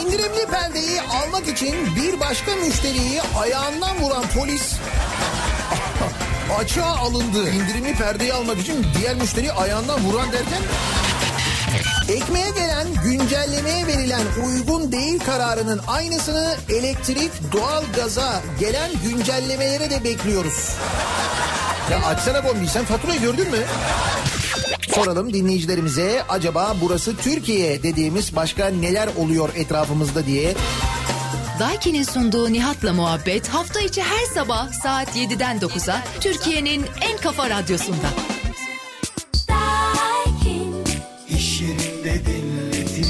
İndirimli perdeyi almak için bir başka müşteriyi ayağından vuran polis açığa alındı. İndirimli perdeyi almak için diğer müşteriyi ayağından vuran derken... Ekmeğe gelen, güncellemeye verilen uygun değil kararının aynısını elektrik, doğalgaza gelen güncellemelere de bekliyoruz. Ya açsana bombi, sen faturayı gördün mü? Soralım dinleyicilerimize, acaba burası Türkiye dediğimiz başka neler oluyor etrafımızda diye. Daiki'nin sunduğu Nihat'la Muhabbet hafta içi her sabah saat 7'den 9'a Türkiye'nin en kafa radyosunda. İş yerinde dinletir,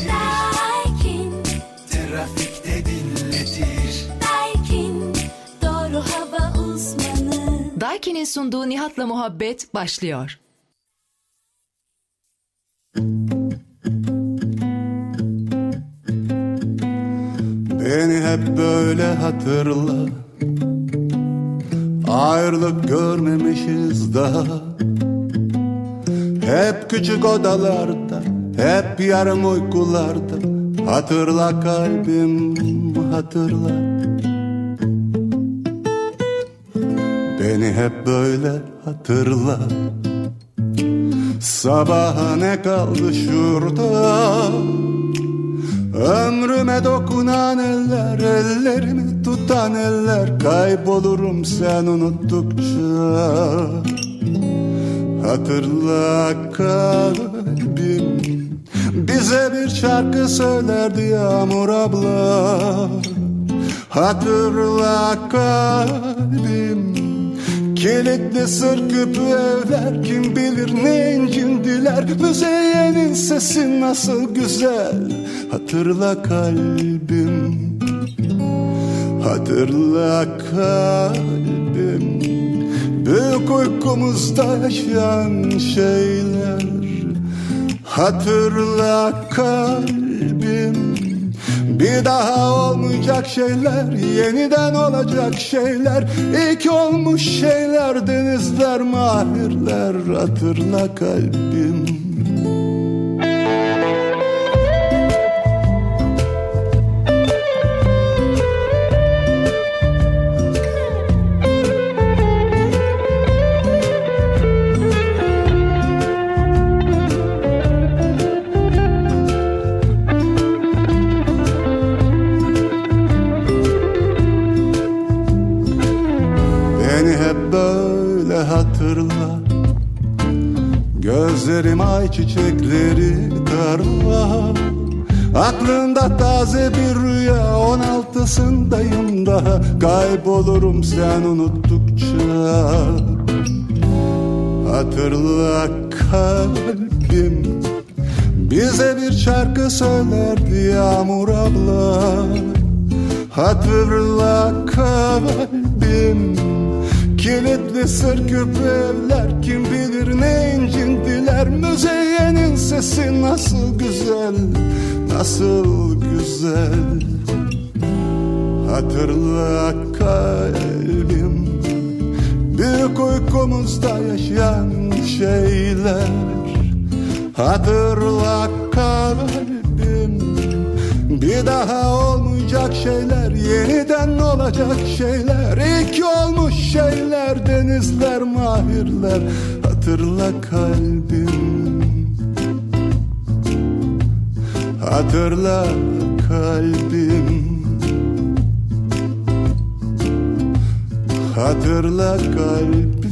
trafikte dinletir. Doğru hava uzmanı. Daiki'nin sunduğu Nihat'la Muhabbet başlıyor. Beni hep böyle hatırla, ayrılık görmemişiz daha. Hep küçük odalarda, hep yarım uykularda. Hatırla kalbim, hatırla. Beni hep böyle hatırla. Sabaha ne kaldı şurada? Ömrüme dokunan eller, ellerimi tutan eller. Kaybolurum sen unuttukça. Hatırla kalbim, bize bir şarkı söylerdi Yağmur abla. Hatırla kalbim, kilitli sır küpü evler, kim bilir ne incindiler. Müzeyyenin sesi nasıl güzel. Hatırla kalbim, hatırla kalbim, büyük uykumuzda yaşayan şeyler. Hatırla kalbim, bir daha olmayacak şeyler, yeniden olacak şeyler. İlk olmuş şeyler, denizler, mahirler. Hatırla kalbim. Hatırla, gözlerim ay çiçekleri tarla. Aklında taze bir rüya, 16'sındayım daha. Kaybolurum sen unuttukça. Hatırla kalbim, bize bir şarkı söylerdi Yağmur abla. Hatırla kalbim, kilitli sır küpü evler, kim bilir ne incindiler. Müzeyyenin sesi nasıl güzel, nasıl güzel. Hatırla kalbim, büyük uykumuzda yaşayan şeyler. Hatırla kalbim, bir daha olmayacak şeyler, yeniden olacak şeyler. İlk olmuş şeyler, denizler, mahirler. Hatırla kalbim, hatırla kalbim, hatırla kalbim.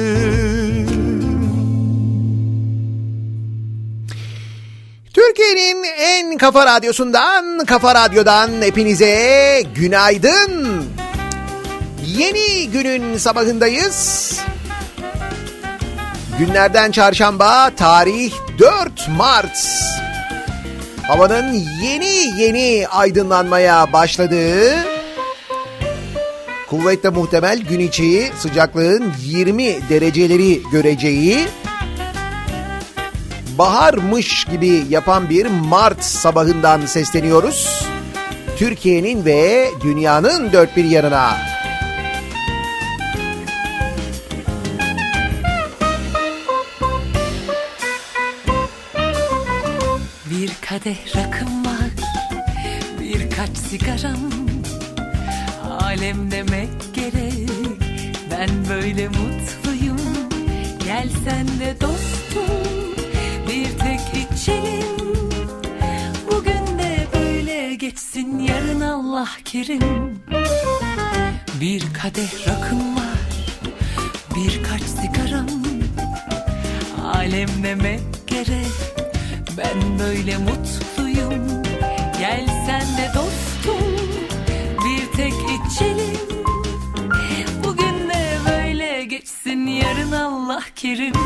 Türkiye'nin en kafa radyosundan, Kafa Radyo'dan hepinize günaydın. Yeni günün sabahındayız. Günlerden çarşamba, tarih 4 Mart. Havanın yeni aydınlanmaya başladığı, kuvvetle muhtemel gün içi sıcaklığın 20 dereceleri göreceği, baharmış gibi yapan bir Mart sabahından sesleniyoruz. Türkiye'nin ve dünyanın dört bir yanına. Bir kadeh rakım var, birkaç sigaram, alem demek gerek. Ben böyle mutluyum, gel sen de dostum, bir tek içelim. Bugün de böyle geçsin, yarın Allah kerim. Bir kadeh rakım var, birkaç sigaram, alem demek gerek. Ben böyle mutluyum, gel sen de dostum, bir tek içelim. Bugün de böyle geçsin, yarın Allah kerim.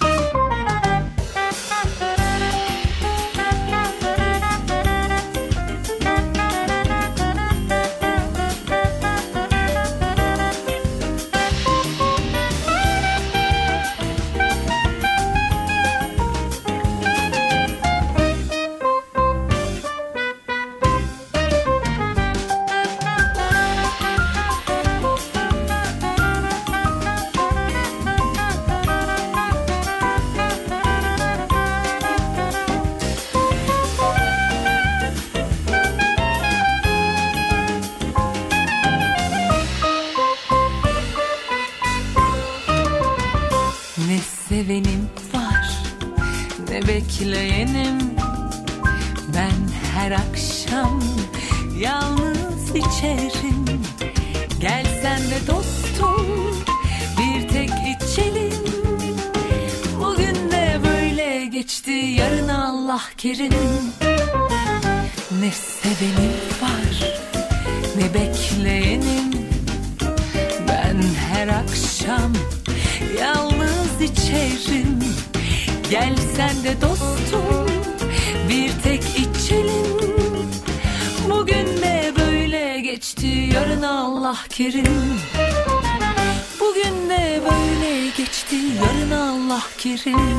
Sevenim var, ne bekleyenim. Ben her akşam yalnız içerim. Gel sen de dostum, bir tek içelim. Bugün de böyle geçti, yarın Allah kerim. Ne sevenim var, ne bekleyenim. Ben her akşam yalnız içerim. Gel sen de dostum, bir tek içelim. Bugün de böyle geçti, yarın Allah kerim. Bugün de böyle geçti, yarın Allah kerim.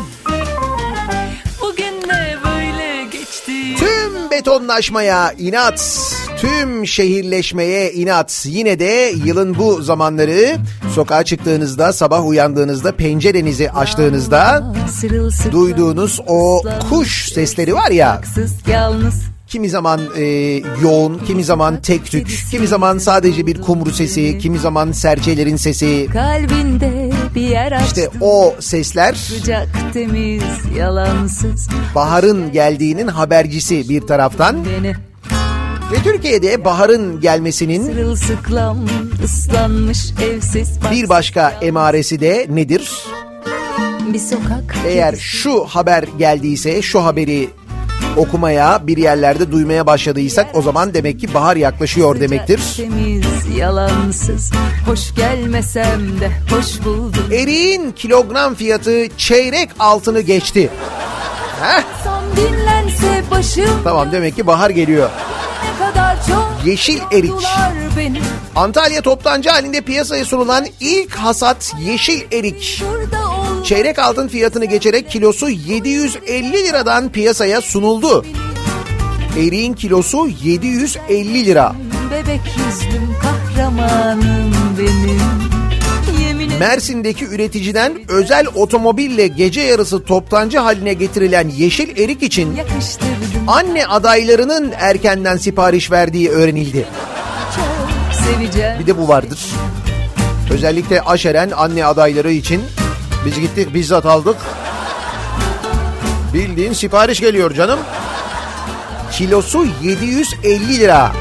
Bugün de böyle geçti. Tüm betonlaşmaya inat, tüm şehirleşmeye inat. Yine de yılın bu zamanları sokağa çıktığınızda, sabah uyandığınızda, pencerenizi açtığınızda duyduğunuz o kuş sesleri var ya. Kimi zaman yoğun, kimi zaman tek tük, kimi zaman sadece bir kumru sesi, kimi zaman serçelerin sesi. Kalbinde bir yer açtım. İşte o sesler sıcak, temiz, yalansız. Baharın geldiğinin habercisi bir taraftan. Beni. Ve Türkiye'de baharın gelmesinin Sırılsıklam, ıslanmış, evsiz, bir başka emaresi de nedir? Bir sokak. Eğer şu haber geldiyse, şu haberi okumaya, bir yerlerde duymaya başladıysak o zaman demek ki bahar yaklaşıyor demektir. Temiz, yalansız, hoş gelmesem de hoş buldum. Eriğin kilogram fiyatı çeyrek altını geçti. Heh. Dinlense başım. Tamam, demek ki bahar geliyor. Ne kadar çok yeşil erik. Beni. Antalya toptancı halinde piyasaya sunulan ilk hasat yeşil erik. Çeyrek altın fiyatını geçerek kilosu 750 liradan piyasaya sunuldu. Eriğin kilosu 750 lira. Bebek yüzlüm kahramanım benim. Mersin'deki üreticiden özel otomobille gece yarısı toptancı haline getirilen yeşil erik için anne adaylarının erkenden sipariş verdiği öğrenildi. Bir de bu vardır. Özellikle aşeren anne adayları için biz gittik, bizzat aldık. Bildiğin sipariş geliyor canım. Kilosu 750 lira.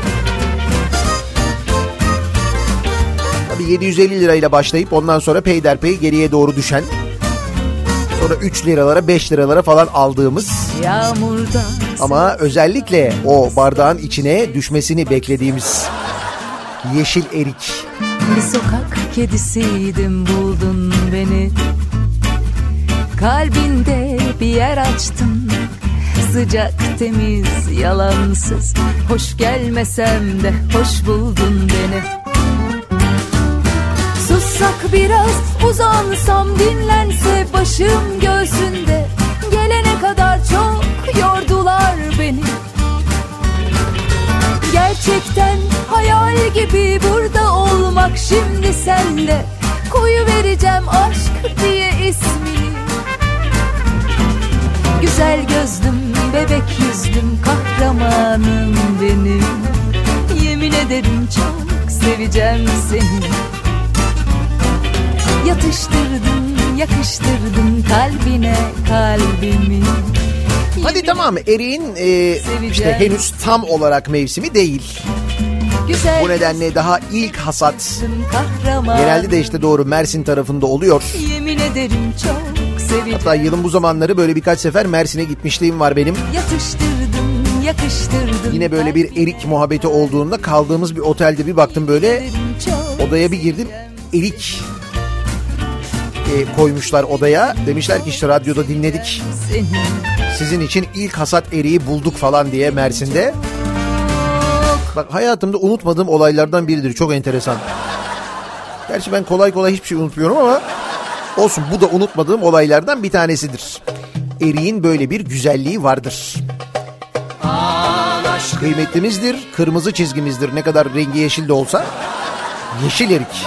Tabii 750 lirayla başlayıp ondan sonra peyderpey geriye doğru düşen, sonra 3 liralara 5 liralara falan aldığımız ama özellikle o bardağın içine düşmesini beklediğimiz yeşil erik. Bir sokak kedisiydim, buldun beni. Kalbinde bir yer açtın. Sıcak, temiz, yalansız, hoş gelmesem de hoş buldun beni. Sussak biraz, uzansam, dinlense başım göğsünde. Gelene kadar çok yordular beni. Gerçekten hayal gibi burada olmak şimdi senle. Koyuvereceğim aşk diye ismini. Güzel gözlüm, bebek yüzlüm, kahramanım benim. ederim çok seveceğim seni. Yatıştırdım, yakıştırdım kalbine kalbimi. Hadi tamam, eriğin işte henüz tam olarak mevsimi değil. Bu nedenle daha ilk hasat genelde de işte doğru Mersin tarafında oluyor. Yemin ederim çok seveceğim. Hatta yılın bu zamanları böyle birkaç sefer Mersin'e gitmişliğim var benim. Yatıştırdım, yakıştırdım. Yine böyle bir erik muhabbeti olduğunda kaldığımız bir otelde bir baktım böyle, odaya bir girdim, erik koymuşlar odaya. Demişler ki işte radyoda dinledik. Sizin için ilk hasat eriği bulduk falan diye Mersin'de. Bak hayatımda unutmadığım olaylardan biridir. Çok enteresan. Gerçi ben kolay kolay hiçbir şey unutmuyorum ama olsun, bu da unutmadığım olaylardan bir tanesidir. Eriğin böyle bir güzelliği vardır. Kıymetlimizdir, kırmızı çizgimizdir. Ne kadar rengi yeşil de olsa. Yeşil erik.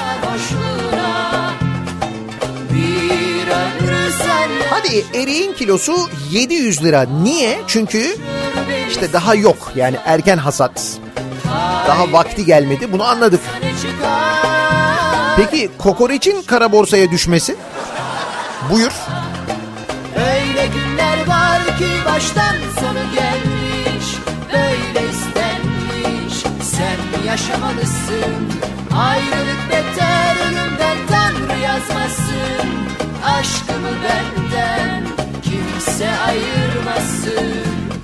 Hadi eriğin kilosu 700 lira. Niye? Çünkü işte daha yok. Yani erken hasat. Daha vakti gelmedi. Bunu anladık. Peki kokoreçin kara borsaya düşmesi? Buyur. Öyle günler var ki baştan sonu gelmiş, böyle istenmiş. Sen yaşamalısın. Ayrılık beter, ölümden Tanrı yazmasın. Aşkımı benden kimse ayırmasın.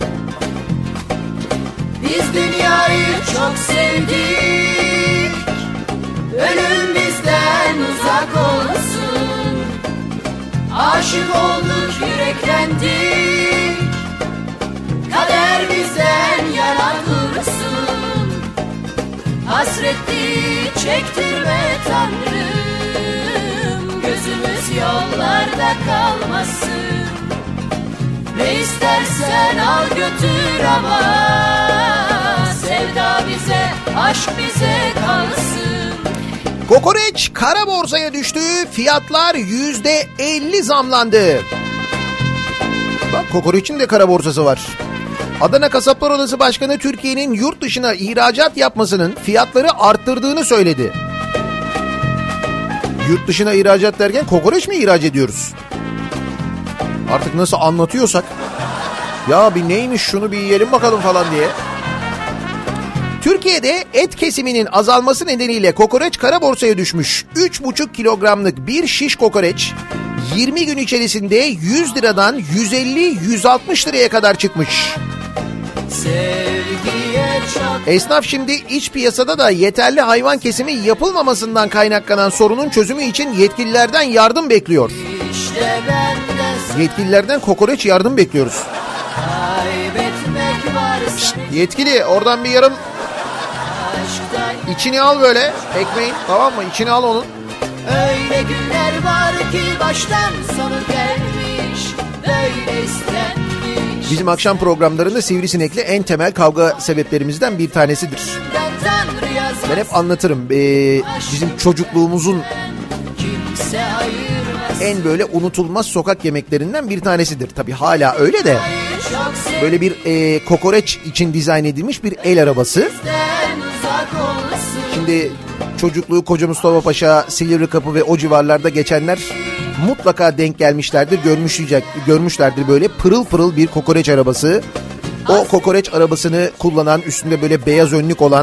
Biz dünyayı çok sevdik, ölüm bizden uzak olsun. Aşık olduk, yüreklendik, kader bizden yana dursun. Hasretli çektirme Tanrım, gözümüz yollarda kalmasın. Ne istersen al götür ama sevda bize, aşk bize kalsın. Kokoreç kara borsaya düştü. Fiyatlar %50 zamlandı. Bak kokoreçin de kara borsası var. Adana Kasaplar Odası Başkanı Türkiye'nin yurt dışına ihracat yapmasının fiyatları arttırdığını söyledi. Yurt dışına ihracat derken kokoreç mi ihraç ediyoruz? Artık nasıl anlatıyorsak. Ya bir neymiş şunu bir yiyelim bakalım falan diye. Türkiye'de et kesiminin azalması nedeniyle kokoreç kara borsaya düşmüş. 3,5 kilogramlık bir şiş kokoreç 20 gün içerisinde 100 liradan 150-160 liraya kadar çıkmış. Esnaf şimdi iç piyasada da yeterli hayvan kesimi yapılmamasından kaynaklanan sorunun çözümü için yetkililerden yardım bekliyor. Yetkililerden kokoreç yardım bekliyoruz. Şişt, yetkili oradan bir yarım içini al böyle ekmeğin, tamam mı? İçini al onun. Öyle günler var ki baştan sonu gelmiş, böyle istenmiş. Bizim akşam programlarında Sivrisinek'le en temel kavga sebeplerimizden bir tanesidir. Ben hep anlatırım. Bizim çocukluğumuzun en böyle unutulmaz sokak yemeklerinden bir tanesidir. Tabii hala öyle de. Böyle bir kokoreç için dizayn edilmiş bir el arabası. Şimdi çocukluğu Koca Mustafa Paşa, Silivri Kapı ve o civarlarda geçenler mutlaka denk gelmişlerdir, görmüşlerdir böyle pırıl pırıl bir kokoreç arabası. O kokoreç arabasını kullanan, üstünde böyle beyaz önlük olan,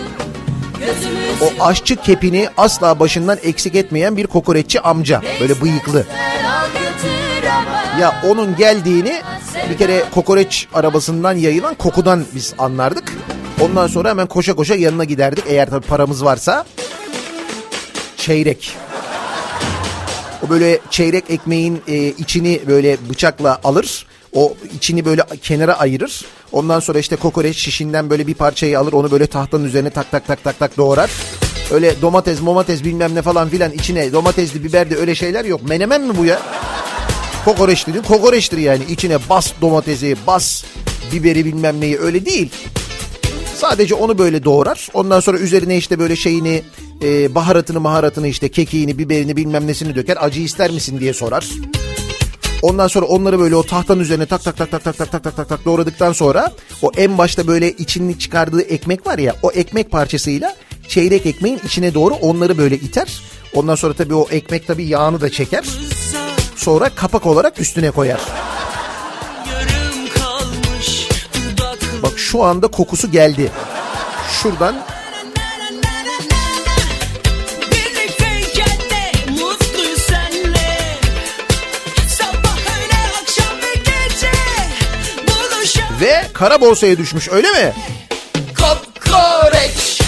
o aşçı kepini asla başından eksik etmeyen bir kokoreççi amca. Böyle bıyıklı. Ya onun geldiğini bir kere kokoreç arabasından yayılan kokudan biz anlardık. Ondan sonra hemen koşa koşa yanına giderdik. Eğer tabii paramız varsa. Çeyrek. O böyle çeyrek ekmeğin içini böyle bıçakla alır. O içini böyle kenara ayırır. Ondan sonra işte kokoreç şişinden böyle bir parçayı alır. Onu böyle tahtanın üzerine tak tak tak tak tak doğrar. Öyle domates bilmem ne falan filan içine domatesli biberli öyle şeyler yok. Menemen mi bu ya? Kokoreç dedin, kokoreçtir yani. İçine bas domatesi, bas biberi bilmem neyi, öyle değil. Sadece onu böyle doğrar. Ondan sonra üzerine işte böyle şeyini, baharatını işte kekiğini, biberini bilmem nesini döker. Acı ister misin diye sorar. Ondan sonra onları böyle o tahtanın üzerine tak tak tak tak tak tak tak tak tak tak doğradıktan sonra o en başta böyle içini çıkardığı ekmek var ya, o ekmek parçasıyla çeyrek ekmeğin içine doğru onları böyle iter. Ondan sonra tabii o ekmek tabii yağını da çeker. Sonra kapak olarak üstüne koyar. Bak şu anda kokusu geldi. Şuradan ve kara borsaya düşmüş, öyle mi? Kokoreç.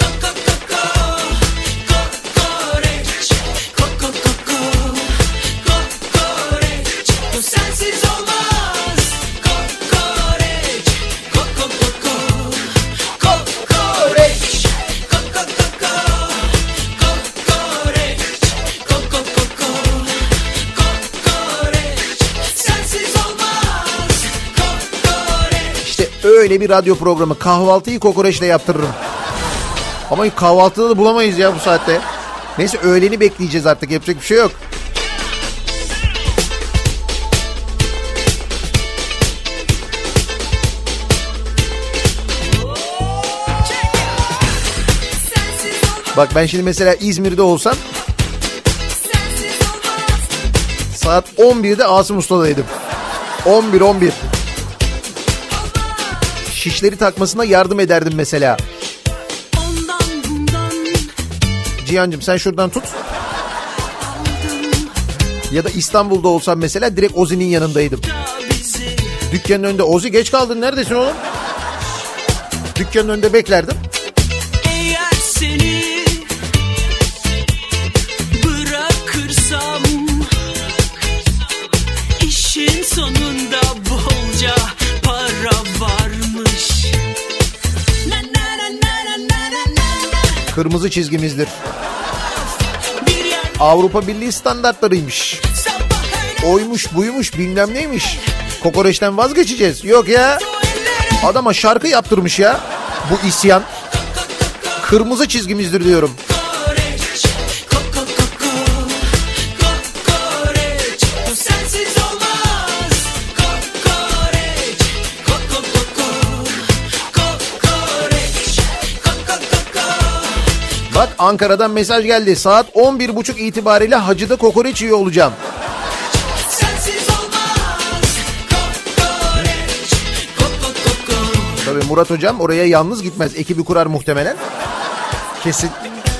Öyle bir radyo programı, kahvaltıyı kokoreçle yaptırırım. Ama kahvaltıda da bulamayız ya bu saatte. Neyse öğleni bekleyeceğiz artık, yapacak bir şey yok. Bak ben şimdi mesela İzmir'de olsam saat 11'de Asım Usta'daydım. 11. Şişleri takmasına yardım ederdim mesela. Cihancığım sen şuradan tut. Ya da İstanbul'da olsam mesela direkt Ozi'nin yanındaydım. Dükkanın önünde, Ozi geç kaldın neredesin oğlum? Dükkanın önünde beklerdim. Eğer seni bırakırsam işin sonunda bolca para varmış. Kırmızı çizgimizdir. Avrupa Birliği standartlarıymış. Oymuş buymuş bilmem neymiş. Kokoreçten vazgeçeceğiz. Yok ya. Adama şarkı yaptırmış ya. Bu isyan. Kırmızı çizgimizdir diyorum. Bak Ankara'dan mesaj geldi. Saat 11.30 itibariyle Hacı'da kokoreç yiyor olacağım. Tabii Murat hocam oraya yalnız gitmez. Ekibi kurar muhtemelen. Kesin.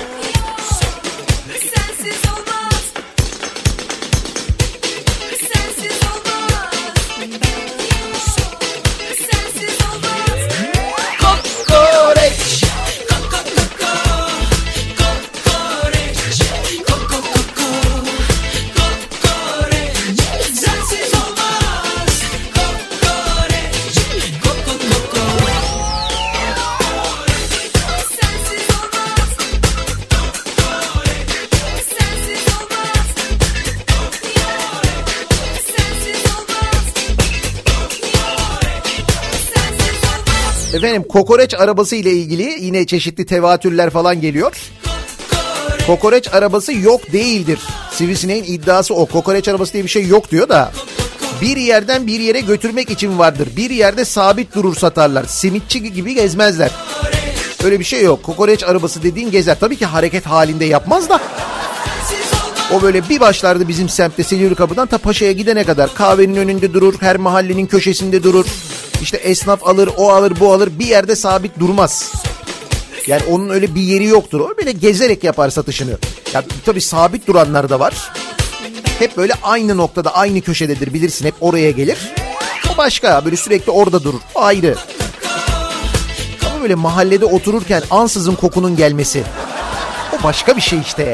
Efendim kokoreç arabası ile ilgili yine çeşitli tevatürler falan geliyor. Kokoreç arabası yok değildir. Sivrisineğin iddiası o. Kokoreç arabası diye bir şey yok diyor da. Bir yerden bir yere götürmek için vardır. Bir yerde sabit durur satarlar. Simitçi gibi gezmezler. Öyle bir şey yok. Kokoreç arabası dediğin gezer. Tabii ki hareket halinde yapmaz da. O böyle bir başlardı bizim semtte Silivri-Kapı'dan ta Paşa'ya gidene kadar. Kahvenin önünde durur. Her mahallenin köşesinde durur. İşte esnaf alır, o alır, bu alır. Bir yerde sabit durmaz. Yani onun öyle bir yeri yoktur. O böyle gezerek yapar satışını. Ya tabii sabit duranlar da var. Hep böyle aynı noktada, aynı köşededir bilirsin. Hep oraya gelir. O başka. Böyle sürekli orada durur. O ayrı. Ama böyle mahallede otururken ansızın kokunun gelmesi. O başka bir şey işte.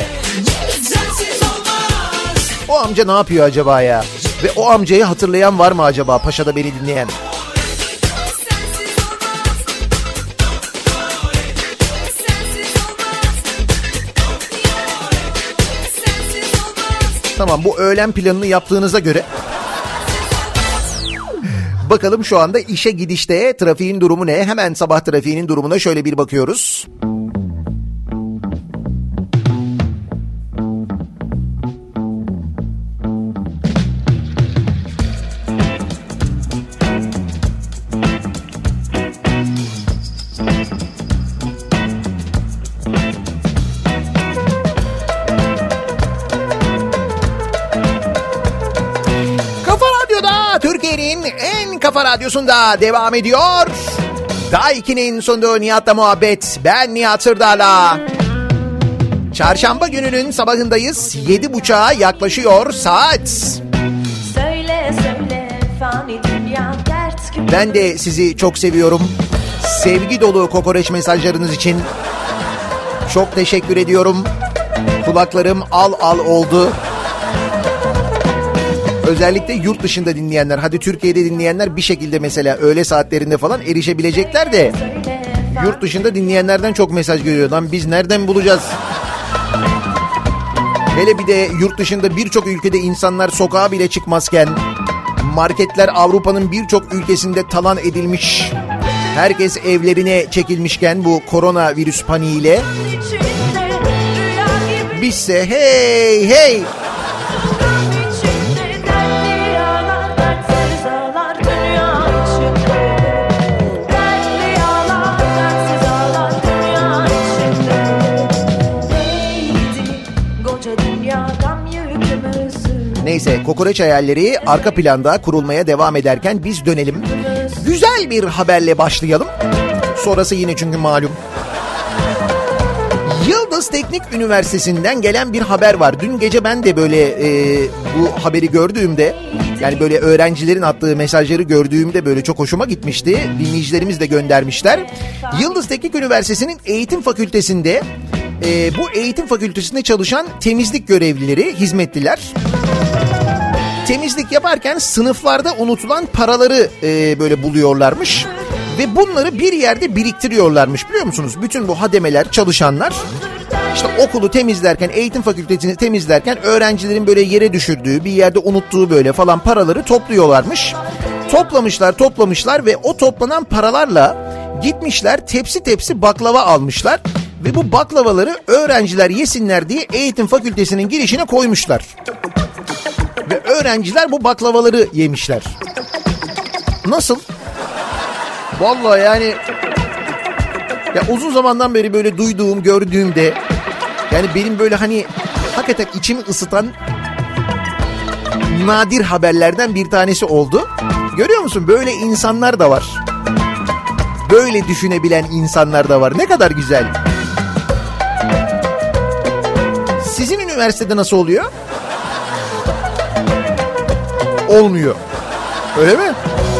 O amca ne yapıyor acaba ya? Ve o amcayı hatırlayan var mı acaba Paşa'da beni dinleyen? Tamam, bu öğlen planını yaptığınıza göre bakalım şu anda işe gidişte trafiğin durumu ne? Hemen sabah trafiğinin durumuna şöyle bir bakıyoruz. Kafa Radyosu'nda devam ediyor. Daiki'nin sunduğu Nihat'la muhabbet. Ben Nihat Sırdar'la. Çarşamba gününün sabahındayız. 7.30'a yaklaşıyor saat. Söyle söyle fani dünya dert gibi. Ben de sizi çok seviyorum. Sevgi dolu kokoreç mesajlarınız için çok teşekkür ediyorum. Kulaklarım al al oldu. Özellikle yurt dışında dinleyenler, hadi Türkiye'de dinleyenler bir şekilde mesela öğle saatlerinde falan erişebilecekler de yurt dışında dinleyenlerden çok mesaj geliyor. Lan biz nereden bulacağız? Hele bir de yurt dışında birçok ülkede insanlar sokağa bile çıkmazken, marketler Avrupa'nın birçok ülkesinde talan edilmiş, herkes evlerine çekilmişken bu koronavirüs paniğiyle bizse hey hey neyse kokoreç hayalleri arka planda kurulmaya devam ederken biz dönelim. Güzel bir haberle başlayalım. Sonrası yine çünkü malum. Yıldız Teknik Üniversitesi'nden gelen bir haber var. Dün gece ben de böyle bu haberi gördüğümde, yani böyle öğrencilerin attığı mesajları gördüğümde böyle çok hoşuma gitmişti. Dinleyicilerimiz de göndermişler. Yıldız Teknik Üniversitesi'nin eğitim fakültesinde bu eğitim fakültesinde çalışan temizlik görevlileri, hizmetliler temizlik yaparken sınıflarda unutulan paraları böyle buluyorlarmış. Ve bunları bir yerde biriktiriyorlarmış, biliyor musunuz? Bütün bu hademeler, çalışanlar işte okulu temizlerken, eğitim fakültesini temizlerken öğrencilerin böyle yere düşürdüğü, bir yerde unuttuğu böyle falan paraları topluyorlarmış. Toplamışlar ve o toplanan paralarla gitmişler tepsi tepsi baklava almışlar. Ve bu baklavaları öğrenciler yesinler diye eğitim fakültesinin girişine koymuşlar. Ve öğrenciler bu baklavaları yemişler. Nasıl? Vallahi yani ya uzun zamandan beri böyle duyduğum, gördüğümde yani benim böyle hani hakikaten içimi ısıtan nadir haberlerden bir tanesi oldu. Görüyor musun? Böyle insanlar da var. Böyle düşünebilen insanlar da var. Ne kadar güzel. Sizin üniversitede nasıl oluyor? Olmuyor. Öyle mi?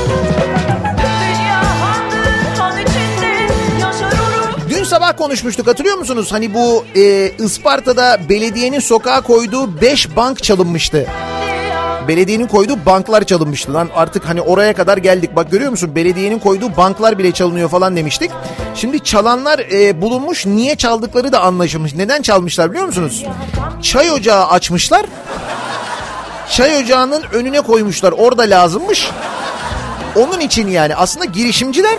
Dün sabah konuşmuştuk, hatırlıyor musunuz? Hani bu Isparta'da belediyenin sokağa koyduğu 5 bank çalınmıştı. Belediyenin koyduğu banklar çalınmıştı. Lan artık hani oraya kadar geldik. Bak görüyor musun? Belediyenin koyduğu banklar bile çalınıyor falan demiştik. Şimdi çalanlar bulunmuş. Niye çaldıkları da anlaşılmış. Neden çalmışlar biliyor musunuz? Çay ocağı açmışlar. Çay ocağının önüne koymuşlar. Orada lazımmış. Onun için yani aslında girişimciler.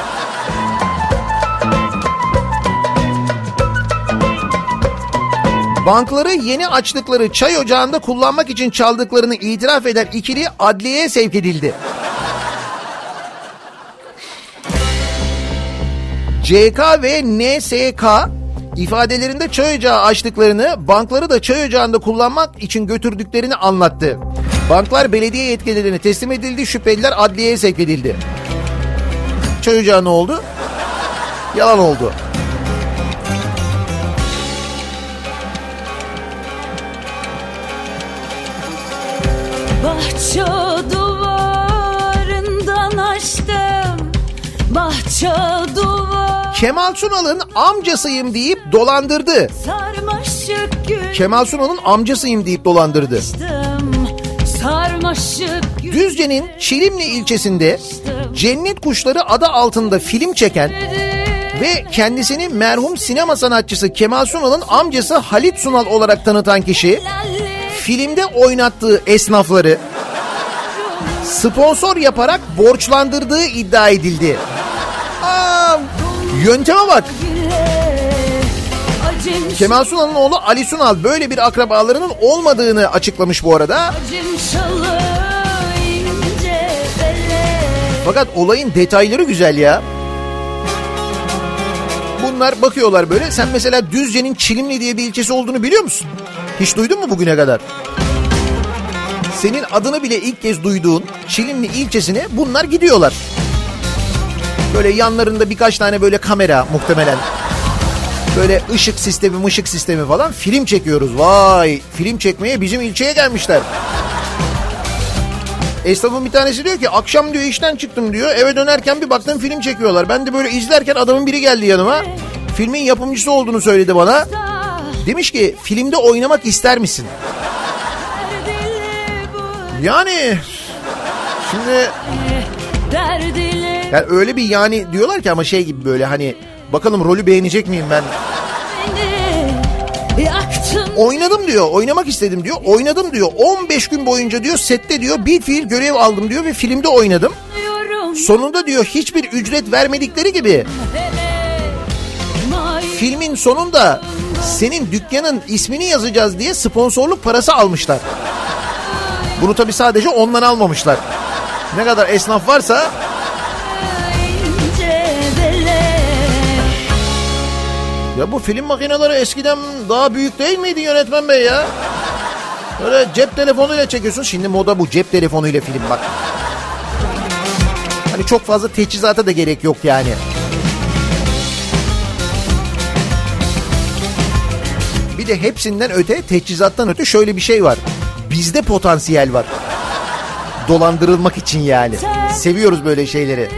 Bankları yeni açtıkları çay ocağında kullanmak için çaldıklarını itiraf eden ikili adliyeye sevk edildi. CK ve NSK ifadelerinde çay ocağı açtıklarını, bankları da çay ocağında kullanmak için götürdüklerini anlattı. Banklar belediye yetkililerine teslim edildi, şüpheliler adliyeye sevk edildi. Çay ocağı ne oldu? Yalan oldu. Bahçe duvarından açtım, bahçe duvar. Kemal Sunal'ın amcasıyım deyip dolandırdı. Kemal Sunal'ın amcasıyım deyip dolandırdı. Düzce'nin Çilimli ilçesinde Cennet Kuşları adı altında film çeken ve kendisini merhum sinema sanatçısı Kemal Sunal'ın amcası Halit Sunal olarak tanıtan kişi filmde oynattığı esnafları sponsor yaparak borçlandırdığı iddia edildi. Yönteme bak. Kemal Sunal'ın oğlu Ali Sunal böyle bir akrabalarının olmadığını açıklamış bu arada. Fakat olayın detayları güzel ya. Bunlar bakıyorlar böyle. Sen mesela Düzce'nin Çilimli diye bir ilçesi olduğunu biliyor musun? Hiç duydun mu bugüne kadar? Senin adını bile ilk kez duyduğun Çilinli ilçesine bunlar gidiyorlar. Böyle yanlarında birkaç tane böyle kamera muhtemelen. Böyle ışık sistemi falan, film çekiyoruz. Vay, film çekmeye bizim ilçeye gelmişler. Esnafın bir tanesi diyor ki akşam diyor işten çıktım diyor. Eve dönerken bir baktım film çekiyorlar. Ben de böyle izlerken adamın biri geldi yanıma. Filmin yapımcısı olduğunu söyledi bana. Demiş ki filmde oynamak ister misin? Yani şimdi yani öyle bir yani diyorlar ki ama şey gibi böyle hani bakalım rolü beğenecek miyim ben? Oynadım diyor, oynamak istedim diyor, oynadım diyor. 15 gün boyunca diyor sette diyor bir fiil görev aldım diyor ve filmde oynadım. Sonunda diyor hiçbir ücret vermedikleri gibi filmin sonunda senin dükkanın ismini yazacağız diye sponsorluk parası almışlar. Bunu tabii sadece ondan almamışlar. Ne kadar esnaf varsa. Ya bu film makineleri eskiden daha büyük değil miydi yönetmen bey ya? Böyle cep telefonuyla çekiyorsun. Şimdi moda bu, cep telefonuyla film bak. Hani çok fazla teçhizata da gerek yok yani. Bir de hepsinden öte, teçhizattan öte şöyle bir şey var. Bizde potansiyel var. Dolandırılmak için yani. Seviyoruz böyle şeyleri.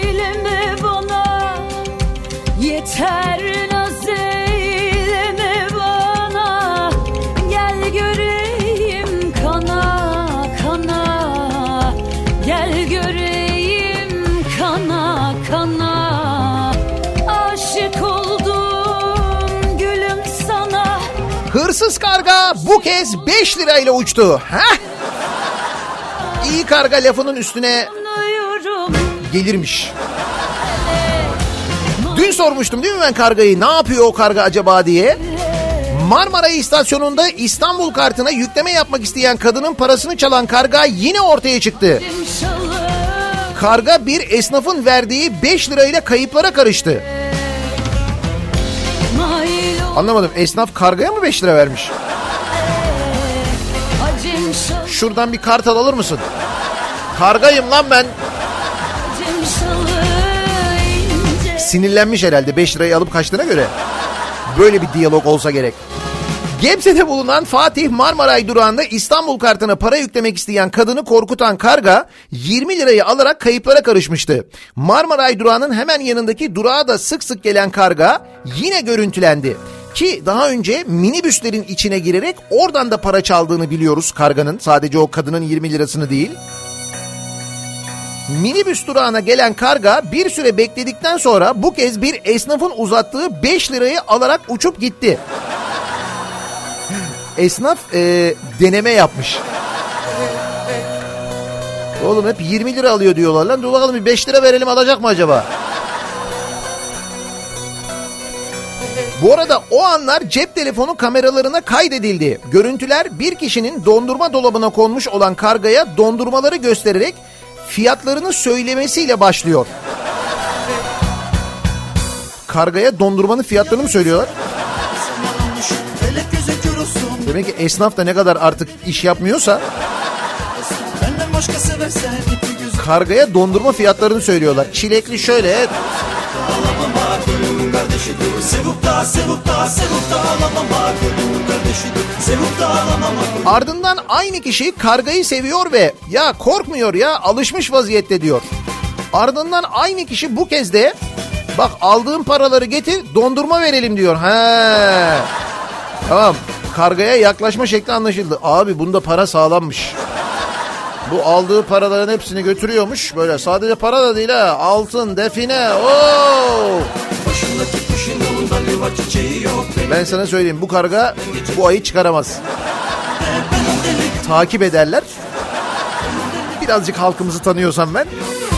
Yeter naz eyleme bana, gel göreyim kana kana, gel göreyim kana kana, aşık oldum gülüm sana. Hırsız karga bu kez 5 lirayla uçtu. Heh. İyi karga lafının üstüne gelirmiş. Dün sormuştum değil mi ben kargayı, ne yapıyor o karga acaba diye. Marmaray istasyonunda İstanbul kartına yükleme yapmak isteyen kadının parasını çalan karga yine ortaya çıktı. Karga bir esnafın verdiği 5 lirayla kayıplara karıştı. Anlamadım, esnaf kargaya mı 5 lira vermiş? Şuradan bir kartal alır mısın? Kargayım lan ben. Sinirlenmiş herhalde 5 lirayı alıp kaçtığına göre. Böyle bir diyalog olsa gerek. Gebze'de bulunan Fatih Marmaray durağında İstanbul kartına para yüklemek isteyen kadını korkutan karga 20 lirayı alarak kayıplara karışmıştı. Marmaray durağının hemen yanındaki durağa da sık sık gelen karga yine görüntülendi. Ki daha önce minibüslerin içine girerek oradan da para çaldığını biliyoruz karganın. Sadece o kadının 20 lirasını değil. Minibüs durağına gelen karga bir süre bekledikten sonra bu kez bir esnafın uzattığı 5 lirayı alarak uçup gitti. Esnaf deneme yapmış. Oğlum hep 20 lira alıyor diyorlar lan. Dur bakalım bir 5 lira verelim, alacak mı acaba? Bu arada o anlar cep telefonu kameralarına kaydedildi. Görüntüler bir kişinin dondurma dolabına konmuş olan kargaya dondurmaları göstererek fiyatlarını söylemesiyle başlıyor. Kargaya dondurmanın fiyatlarını mı söylüyorlar? Demek ki esnaf da ne kadar artık iş yapmıyorsa kargaya dondurma fiyatlarını söylüyorlar. Çilekli şöyle. Ardından aynı kişi kargayı seviyor ve ya korkmuyor ya, alışmış vaziyette diyor. Ardından aynı kişi bu kez de bak aldığım paraları getir dondurma verelim diyor. He. Tamam, kargaya yaklaşma şekli anlaşıldı. Abi bunda para sağlammış. Bu aldığı paraların hepsini götürüyormuş. Böyle sadece para da değil ha. Altın, define. Oo! Ben sana söyleyeyim, bu karga bu ayı çıkaramaz. Takip ederler. Birazcık halkımızı tanıyorsam ben.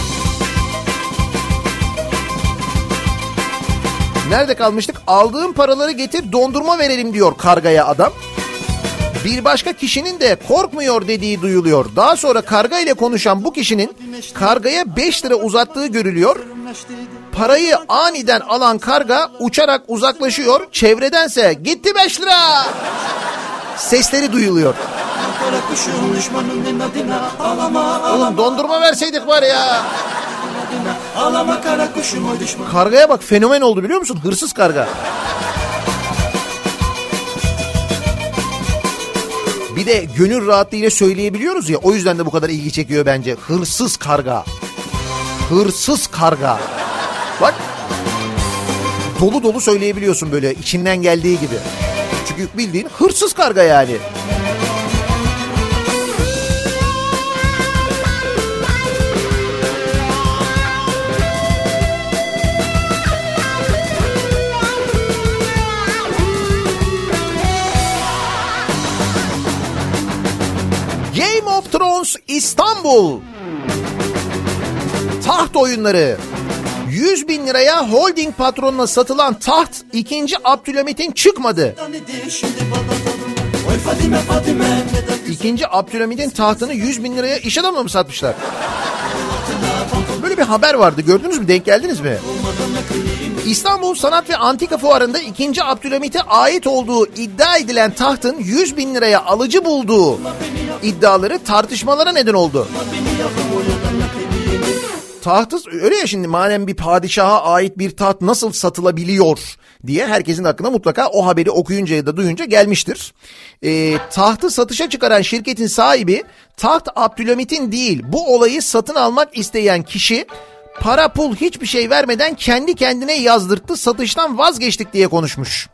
Nerede kalmıştık? Aldığım paraları getir dondurma verelim diyor kargaya adam. Bir başka kişinin de korkmuyor dediği duyuluyor. Daha sonra karga ile konuşan bu kişinin kargaya 5 lira uzattığı görülüyor. Parayı aniden alan karga uçarak uzaklaşıyor. Çevredense gitti 5 lira sesleri duyuluyor. kara kuşum düşmanın inadına. Ağlama Oğlum dondurma verseydik var ya. ağlama kara kuşum o düşman. Kargaya bak, fenomen oldu biliyor musun? Hırsız karga. Bir de gönül rahatlığıyla söyleyebiliyoruz ya, o yüzden de bu kadar ilgi çekiyor bence. Hırsız karga. Hırsız karga. Bak. Dolu dolu söyleyebiliyorsun böyle içinden geldiği gibi. Çünkü bildiğin hırsız karga yani. Game of Thrones İstanbul. Taht oyunları. 100 bin liraya holding patronuna satılan taht 2. Abdülhamit'in çıkmadı. 2. Abdülhamit'in tahtını 100 bin liraya iş adamına mı satmışlar? Böyle bir haber vardı, gördünüz mü, denk geldiniz mi? İstanbul Sanat ve Antika Fuarı'nda 2. Abdülhamit'e ait olduğu iddia edilen tahtın 100 bin liraya alıcı bulduğu iddiaları tartışmalara neden oldu. Tahtı öyle ya, şimdi madem bir padişaha ait bir taht nasıl satılabiliyor diye herkesin aklına mutlaka o haberi okuyunca ya da duyunca gelmiştir. Tahtı satışa çıkaran şirketin sahibi taht Abdülhamit'in değil, bu olayı satın almak isteyen kişi para pul hiçbir şey vermeden kendi kendine yazdırttı, satıştan vazgeçtik diye konuşmuş.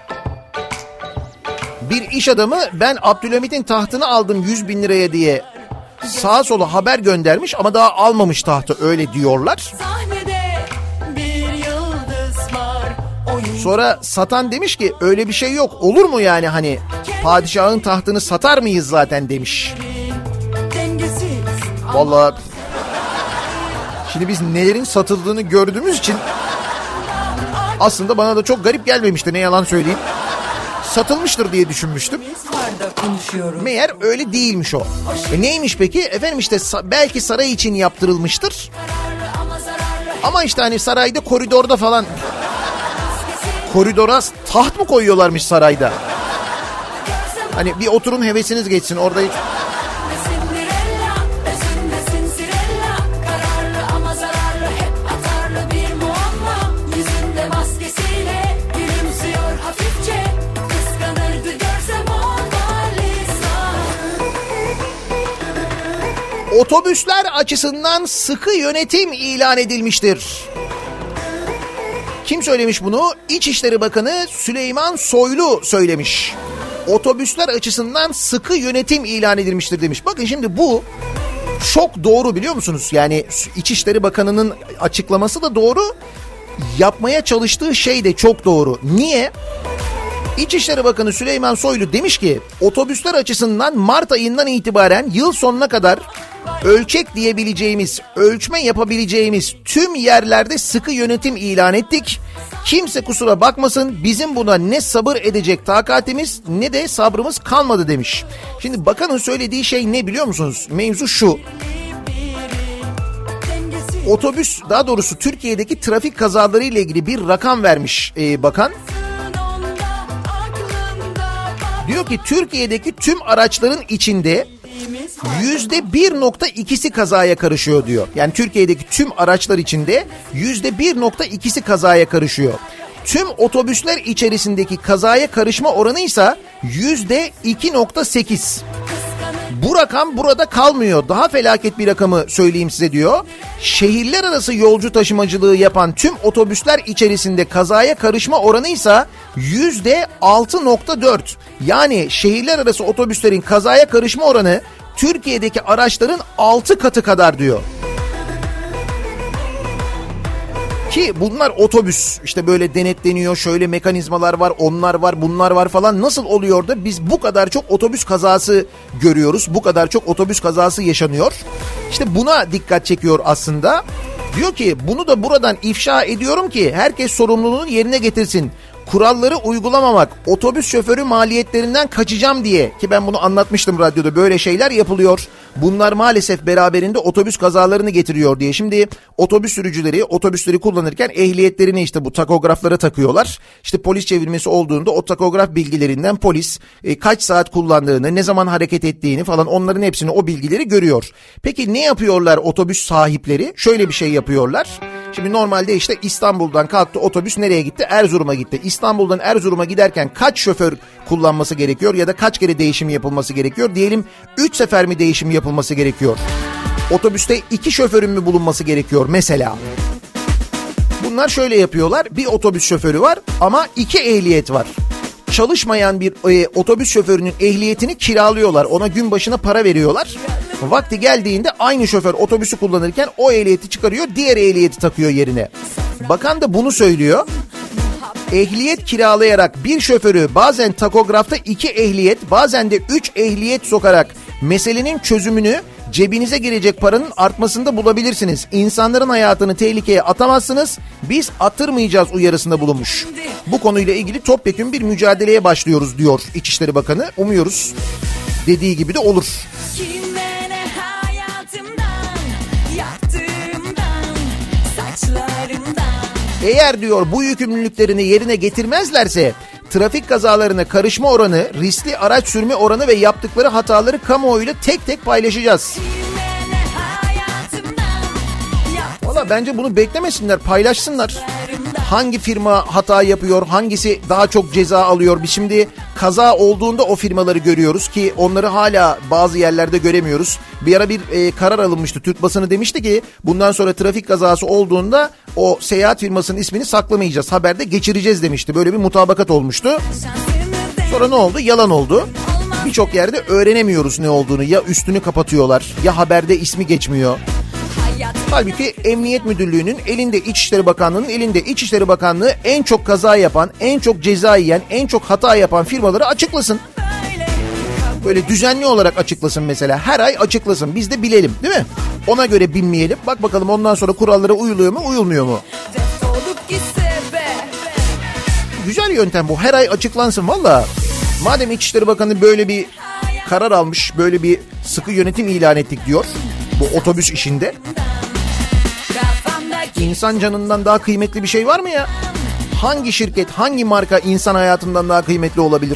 Bir iş adamı ben Abdülhamit'in tahtını aldım 100 bin liraya diye sağa sola haber göndermiş ama daha almamış tahtı, öyle diyorlar. Sonra satan demiş ki öyle bir şey yok, olur mu yani, hani padişahın tahtını satar mıyız zaten demiş. Vallahi şimdi biz nelerin satıldığını gördüğümüz için aslında bana da çok garip gelmemişti, ne yalan söyleyeyim. Satılmıştır diye düşünmüştüm. Meğer öyle değilmiş o. Neymiş peki? Efendim işte belki saray için yaptırılmıştır. Ama işte hani sarayda koridorda falan, koridora taht mı koyuyorlarmış sarayda? Hani bir oturun hevesiniz geçsin orada hiç... Otobüsler açısından sıkı yönetim ilan edilmiştir. Kim söylemiş bunu? İçişleri Bakanı Süleyman Soylu söylemiş. Otobüsler açısından sıkı yönetim ilan edilmiştir demiş. Bakın şimdi bu çok doğru, biliyor musunuz? Yani İçişleri Bakanı'nın açıklaması da doğru. Yapmaya çalıştığı şey de çok doğru. Niye? İçişleri Bakanı Süleyman Soylu demiş ki otobüsler açısından Mart ayından itibaren yıl sonuna kadar ölçek diyebileceğimiz, ölçme yapabileceğimiz tüm yerlerde sıkı yönetim ilan ettik. Kimse kusura bakmasın, bizim buna ne sabır edecek takatimiz ne de sabrımız kalmadı demiş. Şimdi bakanın söylediği şey ne biliyor musunuz? Mevzu şu. Otobüs, daha doğrusu Türkiye'deki trafik kazaları ile ilgili bir rakam vermiş bakan. Diyor ki Türkiye'deki tüm araçların içinde %1.2'si kazaya karışıyor diyor. Yani Türkiye'deki tüm araçlar içinde %1.2'si kazaya karışıyor. Tüm otobüsler içerisindeki kazaya karışma oranı ise %2.8. Bu rakam burada kalmıyor. Daha felaket bir rakamı söyleyeyim size diyor. Şehirler arası yolcu taşımacılığı yapan tüm otobüsler içerisinde kazaya karışma oranı ise %6.4. Yani şehirler arası otobüslerin kazaya karışma oranı Türkiye'deki araçların 6 katı kadar diyor. Ki bunlar otobüs, işte böyle denetleniyor, şöyle mekanizmalar var, onlar var, bunlar var falan. Nasıl oluyor da biz bu kadar çok otobüs kazası görüyoruz, bu kadar çok otobüs kazası yaşanıyor? İşte buna dikkat çekiyor aslında. Diyor ki bunu da buradan ifşa ediyorum ki herkes sorumluluğunu yerine getirsin. kuralları uygulamamak, otobüs şoförü maliyetlerinden kaçacağım diye, ki ben bunu anlatmıştım radyoda, böyle şeyler yapılıyor. Bunlar maalesef beraberinde otobüs kazalarını getiriyor diye. Şimdi otobüs sürücüleri otobüsleri kullanırken ehliyetlerini işte bu takograflara takıyorlar. İşte polis çevirmesi olduğunda o takograf bilgilerinden polis kaç saat kullandığını, ne zaman hareket ettiğini falan, onların hepsini, o bilgileri görüyor. Peki ne yapıyorlar otobüs sahipleri? Şöyle bir şey yapıyorlar. Şimdi normalde işte İstanbul'dan kalktı otobüs, nereye gitti? Erzurum'a gitti. İstanbul'dan Erzurum'a giderken kaç şoför kullanması gerekiyor ya da kaç kere değişim yapılması gerekiyor? Diyelim 3 sefer mi değişim yapılması gerekiyor? Otobüste 2 şoförün mü bulunması gerekiyor mesela? Bunlar şöyle yapıyorlar. Bir otobüs şoförü var ama 2 ehliyet var. Çalışmayan bir otobüs şoförünün ehliyetini kiralıyorlar. Ona gün başına para veriyorlar. Vakti geldiğinde aynı şoför otobüsü kullanırken o ehliyeti çıkarıyor, diğer ehliyeti takıyor yerine. Bakan da bunu söylüyor. Ehliyet kiralayarak bir şoförü bazen takografta 2 ehliyet, bazen de 3 ehliyet sokarak meselenin çözümünü cebinize girecek paranın artmasında bulabilirsiniz. İnsanların hayatını tehlikeye atamazsınız. Biz attırmayacağız uyarısında bulunmuş. Bu konuyla ilgili topyekün bir mücadeleye başlıyoruz diyor İçişleri Bakanı. Umuyoruz dediği gibi de olur. Eğer diyor bu yükümlülüklerini yerine getirmezlerse trafik kazalarına karışma oranı, riskli araç sürme oranı ve yaptıkları hataları kamuoyuyla tek tek paylaşacağız. Valla bence bunu beklemesinler, paylaşsınlar. Hangi firma hata yapıyor, hangisi daha çok ceza alıyor? Biz şimdi kaza olduğunda o firmaları görüyoruz ki onları hala bazı yerlerde göremiyoruz. Bir ara bir karar alınmıştı. Türk basını demişti ki bundan sonra trafik kazası olduğunda o seyahat firmasının ismini saklamayacağız, haberde geçireceğiz demişti. Böyle bir mutabakat olmuştu. Sonra ne oldu? Yalan oldu. Birçok yerde öğrenemiyoruz ne olduğunu. Ya üstünü kapatıyorlar ya haberde ismi geçmiyor. Halbuki Emniyet Müdürlüğü'nün elinde, İçişleri Bakanlığı'nın elinde, İçişleri Bakanlığı en çok kaza yapan, en çok ceza yiyen, en çok hata yapan firmaları açıklasın. Böyle düzenli olarak açıklasın mesela. Her ay açıklasın. Biz de bilelim, değil mi? Ona göre binmeyelim. Bak bakalım ondan sonra kurallara uyuluyor mu, uyulmuyor mu? Güzel yöntem bu. Her ay açıklansın valla. Madem İçişleri Bakanı böyle bir karar almış, böyle bir sıkı yönetim ilan ettik diyor bu otobüs işinde. İnsan canından daha kıymetli bir şey var mı ya? Hangi şirket, hangi marka insan hayatından daha kıymetli olabilir?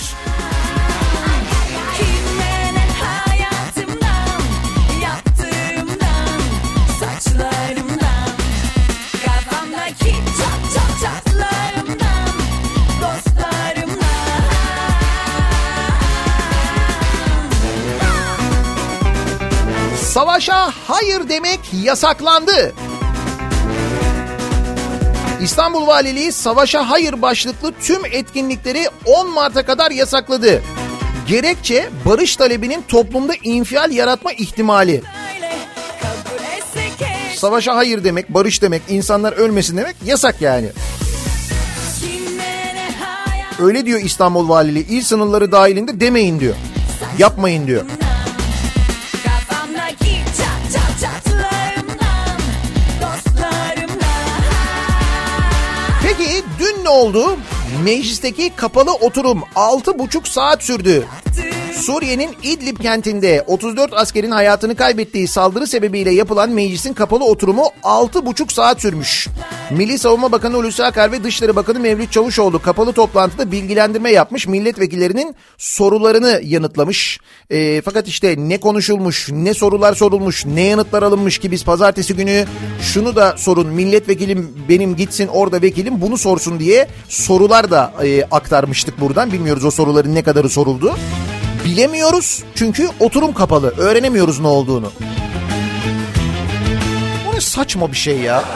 Savaşa hayır demek yasaklandı. İstanbul Valiliği savaşa hayır başlıklı tüm etkinlikleri 10 Mart'a kadar yasakladı. Gerekçe barış talebinin toplumda infial yaratma ihtimali. Savaşa hayır demek, barış demek, insanlar ölmesin demek yasak yani. Öyle diyor İstanbul Valiliği. İl sınırları dahilinde demeyin diyor. Yapmayın diyor. Peki dün ne oldu? Meclisteki kapalı oturum 6,5 saat sürdü. Suriye'nin İdlib kentinde 34 askerin hayatını kaybettiği saldırı sebebiyle yapılan meclisin kapalı oturumu 6,5 saat sürmüş. Milli Savunma Bakanı Hulusi Akar ve Dışişleri Bakanı Mevlüt Çavuşoğlu kapalı toplantıda bilgilendirme yapmış, milletvekillerinin sorularını yanıtlamış. Fakat işte ne konuşulmuş, ne sorular sorulmuş, ne yanıtlar alınmış ki biz pazartesi günü şunu da sorun, milletvekilim benim gitsin orada vekilim bunu sorsun diye sorular da aktarmıştık buradan. Bilmiyoruz o soruların ne kadarı soruldu. Bilemiyoruz çünkü oturum kapalı. Öğrenemiyoruz ne olduğunu. Bu ne saçma bir şey ya.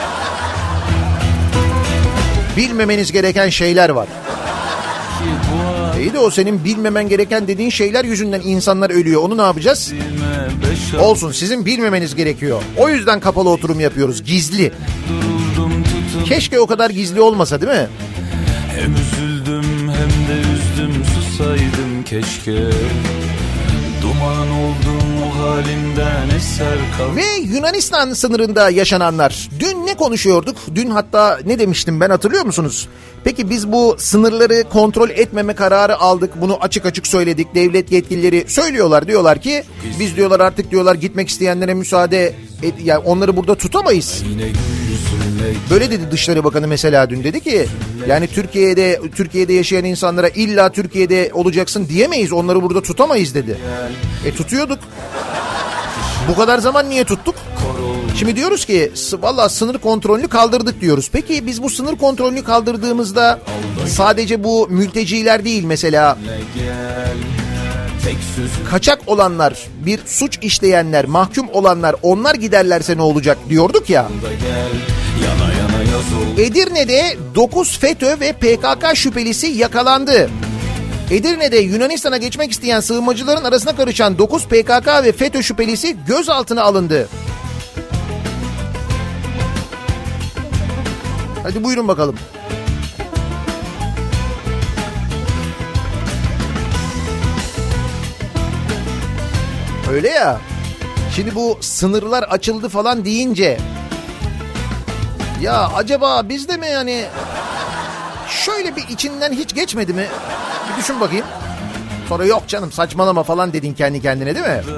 Bilmemeniz gereken şeyler var. İyi de o senin bilmemen gereken dediğin şeyler yüzünden insanlar ölüyor. Onu ne yapacağız? Olsun, sizin bilmemeniz gerekiyor. O yüzden kapalı oturum yapıyoruz. Gizli. Keşke o kadar gizli olmasa, değil mi? Hem üzüldüm hem de üzdüm, susaydım keşke. Duman oldum o halimden eser kal. Ve Yunanistan sınırında yaşananlar. Dün ne konuşuyorduk? Dün hatta ne demiştim ben, hatırlıyor musunuz? Peki biz bu sınırları kontrol etmeme kararı aldık. Bunu açık açık söyledik. Devlet yetkilileri söylüyorlar. Diyorlar ki biz diyorlar artık diyorlar gitmek isteyenlere müsaade yani onları burada tutamayız. Böyle dedi Dışişleri Bakanı mesela dün, dedi ki yani Türkiye'de yaşayan insanlara illa Türkiye'de olacaksın diyemeyiz. Onları burada tutamayız dedi. Tutuyorduk. Bu kadar zaman niye tuttuk? Şimdi diyoruz ki valla sınır kontrolünü kaldırdık diyoruz. Peki biz bu sınır kontrolünü kaldırdığımızda sadece bu mülteciler değil, mesela kaçak olanlar, bir suç işleyenler, mahkum olanlar, onlar giderlerse ne olacak diyorduk ya. Edirne'de 9 FETÖ ve PKK şüphelisi yakalandı. Edirne'de Yunanistan'a geçmek isteyen sığınmacıların arasına karışan 9 PKK ve FETÖ şüphelisi gözaltına alındı. Hadi buyurun bakalım. Öyle ya. Şimdi bu sınırlar açıldı falan deyince ya acaba biz de mi yani şöyle bir içinden hiç geçmedi mi? Bir düşün bakayım. Sonra yok canım saçmalama falan dedin kendi kendine, değil mi?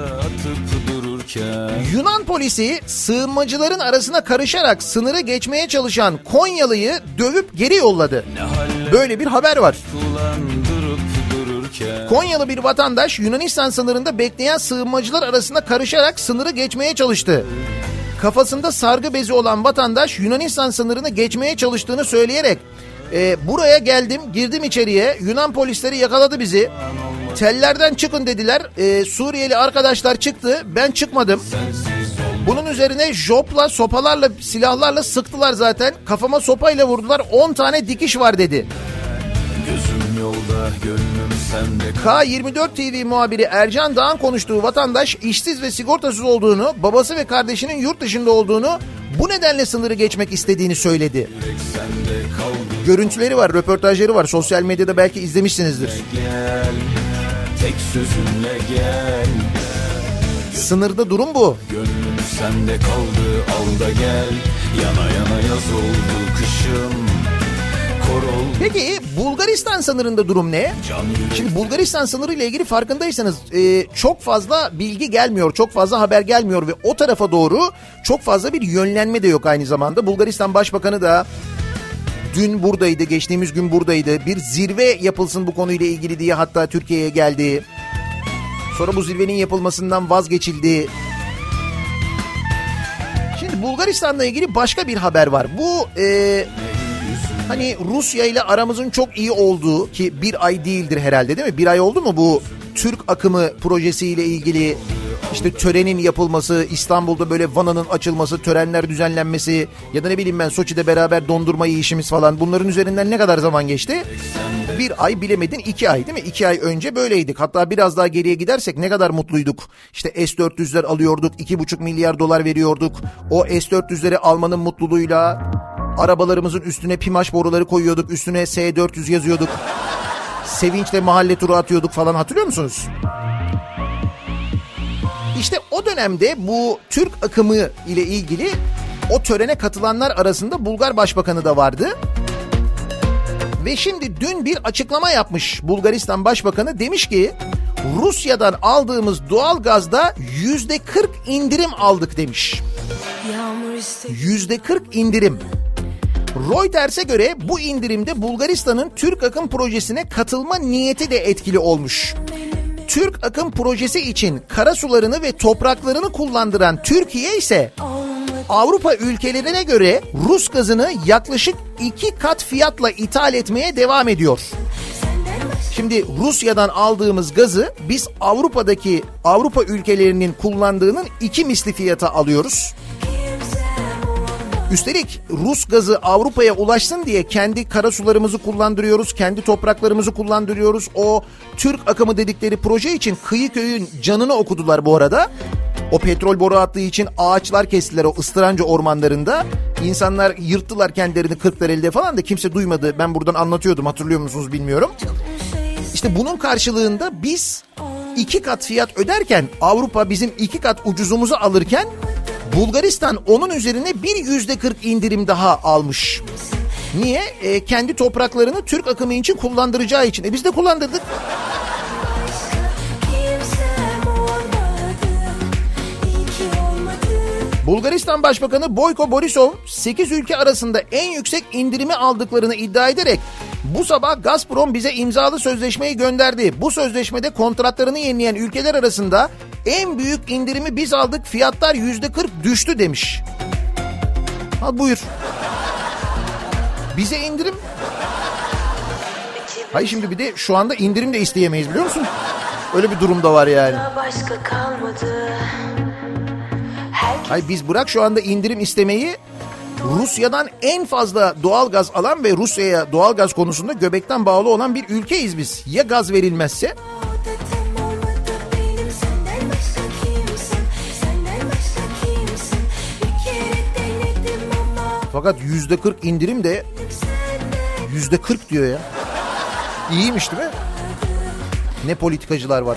Yunan polisi sığınmacıların arasına karışarak sınırı geçmeye çalışan Konyalı'yı dövüp geri yolladı. Böyle bir haber var. Konyalı bir vatandaş Yunanistan sınırında bekleyen sığınmacılar arasına karışarak sınırı geçmeye çalıştı. Kafasında sargı bezi olan vatandaş Yunanistan sınırını geçmeye çalıştığını söyleyerek buraya geldim, girdim içeriye, Yunan polisleri yakaladı bizi. Tellerden çıkın dediler. Suriyeli arkadaşlar çıktı, ben çıkmadım. Bunun üzerine jopla, sopalarla, silahlarla sıktılar zaten. Kafama sopayla vurdular, 10 tane dikiş var dedi. Gözüm yolda, gönlüm sende. K24 TV muhabiri Ercan Dağ'ın konuştuğu vatandaş işsiz ve sigortasız olduğunu, babası ve kardeşinin yurt dışında olduğunu, bu nedenle sınırı geçmek istediğini söyledi. Görüntüleri var, röportajları var. Sosyal medyada belki izlemişsinizdir. Gel, tek sözünle gel. Sınırda durum bu. Gönlüm sende kaldı, al da gel. Yana yana yaz oldu kışım. Peki Bulgaristan sınırında durum ne? Şimdi Bulgaristan sınırı ile ilgili farkındaysanız çok fazla bilgi gelmiyor, çok fazla haber gelmiyor ve o tarafa doğru çok fazla bir yönlenme de yok aynı zamanda. Bulgaristan Başbakanı da dün buradaydı, geçtiğimiz gün buradaydı. Bir zirve yapılsın bu konuyla ilgili diye hatta Türkiye'ye geldi. Sonra bu zirvenin yapılmasından vazgeçildi. Şimdi Bulgaristan'la ilgili başka bir haber var. Bu hani Rusya ile aramızın çok iyi olduğu, ki bir ay değildir herhalde, değil mi? Bir ay oldu mu bu Türk akımı projesiyle ilgili işte törenin yapılması, İstanbul'da böyle vananın açılması, törenler düzenlenmesi ya da ne bileyim ben Soçi'de beraber dondurma yiyişimiz falan, bunların üzerinden ne kadar zaman geçti? Bir ay, bilemedin 2 ay, değil mi? 2 ay önce böyleydik. Hatta biraz daha geriye gidersek ne kadar mutluyduk. İşte S-400'ler alıyorduk, 2,5 milyar dolar veriyorduk. O S-400'leri almanın mutluluğuyla arabalarımızın üstüne pimaş boruları koyuyorduk, üstüne S-400 yazıyorduk. Sevinçle mahalle turu atıyorduk falan, hatırlıyor musunuz? İşte o dönemde bu Türk akımı ile ilgili o törene katılanlar arasında Bulgar Başbakanı da vardı. Ve şimdi dün bir açıklama yapmış Bulgaristan Başbakanı, demiş ki Rusya'dan aldığımız doğalgazda %40 indirim aldık demiş. %40 indirim. Reuters'e göre bu indirimde Bulgaristan'ın Türk akım projesine katılma niyeti de etkili olmuş. Türk akım projesi için karasularını ve topraklarını kullandıran Türkiye ise Avrupa ülkelerine göre Rus gazını yaklaşık 2 kat fiyatla ithal etmeye devam ediyor. Şimdi Rusya'dan aldığımız gazı biz Avrupa ülkelerinin kullandığının 2 misli fiyata alıyoruz. Üstelik Rus gazı Avrupa'ya ulaşsın diye kendi karasularımızı kullandırıyoruz, kendi topraklarımızı kullandırıyoruz. O Türk akımı dedikleri proje için Kıyıköy'ün canını okudular bu arada. O petrol boru attığı için ağaçlar kestiler o Istıranca ormanlarında. İnsanlar yırttılar kendilerini Kırklareli'de falan da kimse duymadı. Ben buradan anlatıyordum, hatırlıyor musunuz bilmiyorum. İşte bunun karşılığında biz 2 kat fiyat öderken, Avrupa bizim 2 kat ucuzumuzu alırken Bulgaristan onun üzerine bir %40 indirim daha almış. Niye? Kendi topraklarını Türk akımı için kullandıracağı için. Biz de kullandırdık. Bulgaristan Başbakanı Boyko Borisov 8 ülke arasında en yüksek indirimi aldıklarını iddia ederek bu sabah Gazprom bize imzalı sözleşmeyi gönderdi. Bu sözleşmede kontratlarını yenileyen ülkeler arasında en büyük indirimi biz aldık, fiyatlar %40 düştü demiş. Al buyur. Bize indirim. Hayır şimdi bir de şu anda indirim de isteyemeyiz biliyor musun? Öyle bir durum da var yani. Başka kalmadı. Hayır biz bırak şu anda indirim istemeyi, Rusya'dan en fazla doğalgaz alan ve Rusya'ya doğalgaz konusunda göbekten bağlı olan bir ülkeyiz biz. Ya gaz verilmezse? Fakat %40 indirim de %40 diyor ya. İyiymiş değil mi? Ne politikacılar var.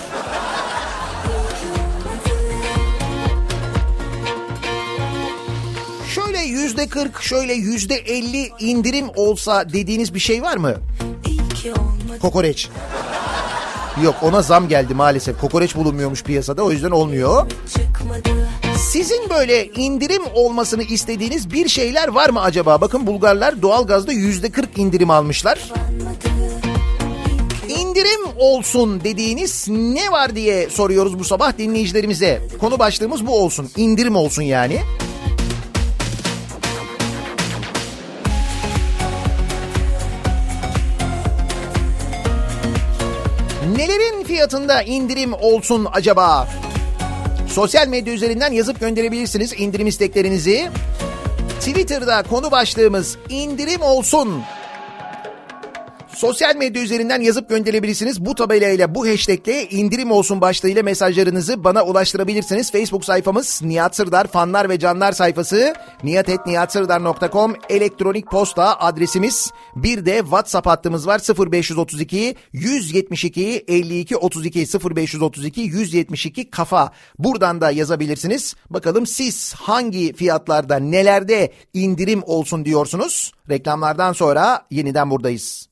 Şöyle %40, şöyle %50 indirim olsa dediğiniz bir şey var mı? Kokoreç. Yok, ona zam geldi maalesef. Kokoreç bulunmuyormuş piyasada, o yüzden olmuyor. Sizin böyle indirim olmasını istediğiniz bir şeyler var mı acaba? Bakın Bulgarlar doğalgazda %40 indirim almışlar. İndirim olsun dediğiniz ne var diye soruyoruz bu sabah dinleyicilerimize. Konu başlığımız bu olsun. İndirim olsun yani. Nelerin fiyatında indirim olsun acaba? Sosyal medya üzerinden yazıp gönderebilirsiniz indirim isteklerinizi. Twitter'da konu başlığımız indirim olsun. Sosyal medya üzerinden yazıp gönderebilirsiniz. Bu tabelayla, bu hashtagle indirim olsun başlığıyla mesajlarınızı bana ulaştırabilirsiniz. Facebook sayfamız Nihat Sırdar fanlar ve canlar sayfası, nihat@nihatsırdar.com elektronik posta adresimiz. Bir de WhatsApp hattımız var 0532 172 52 32 0532 172 kafa. Buradan da yazabilirsiniz. Bakalım siz hangi fiyatlarda, nelerde indirim olsun diyorsunuz? Reklamlardan sonra yeniden buradayız.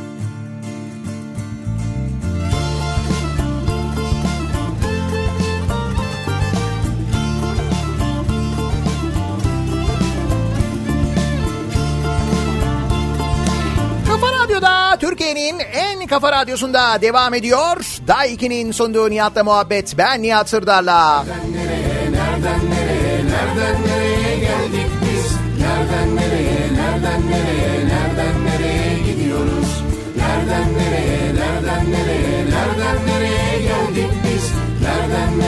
Türkiye'nin en kafa radyosunda devam ediyor. Daiki'nin sunduğu Nihat'la muhabbet. Ben Nihat Sırdar'la. Nereden nereye geldik biz? Nereden nereye gidiyoruz? Nereden nereye geldik biz? Nereden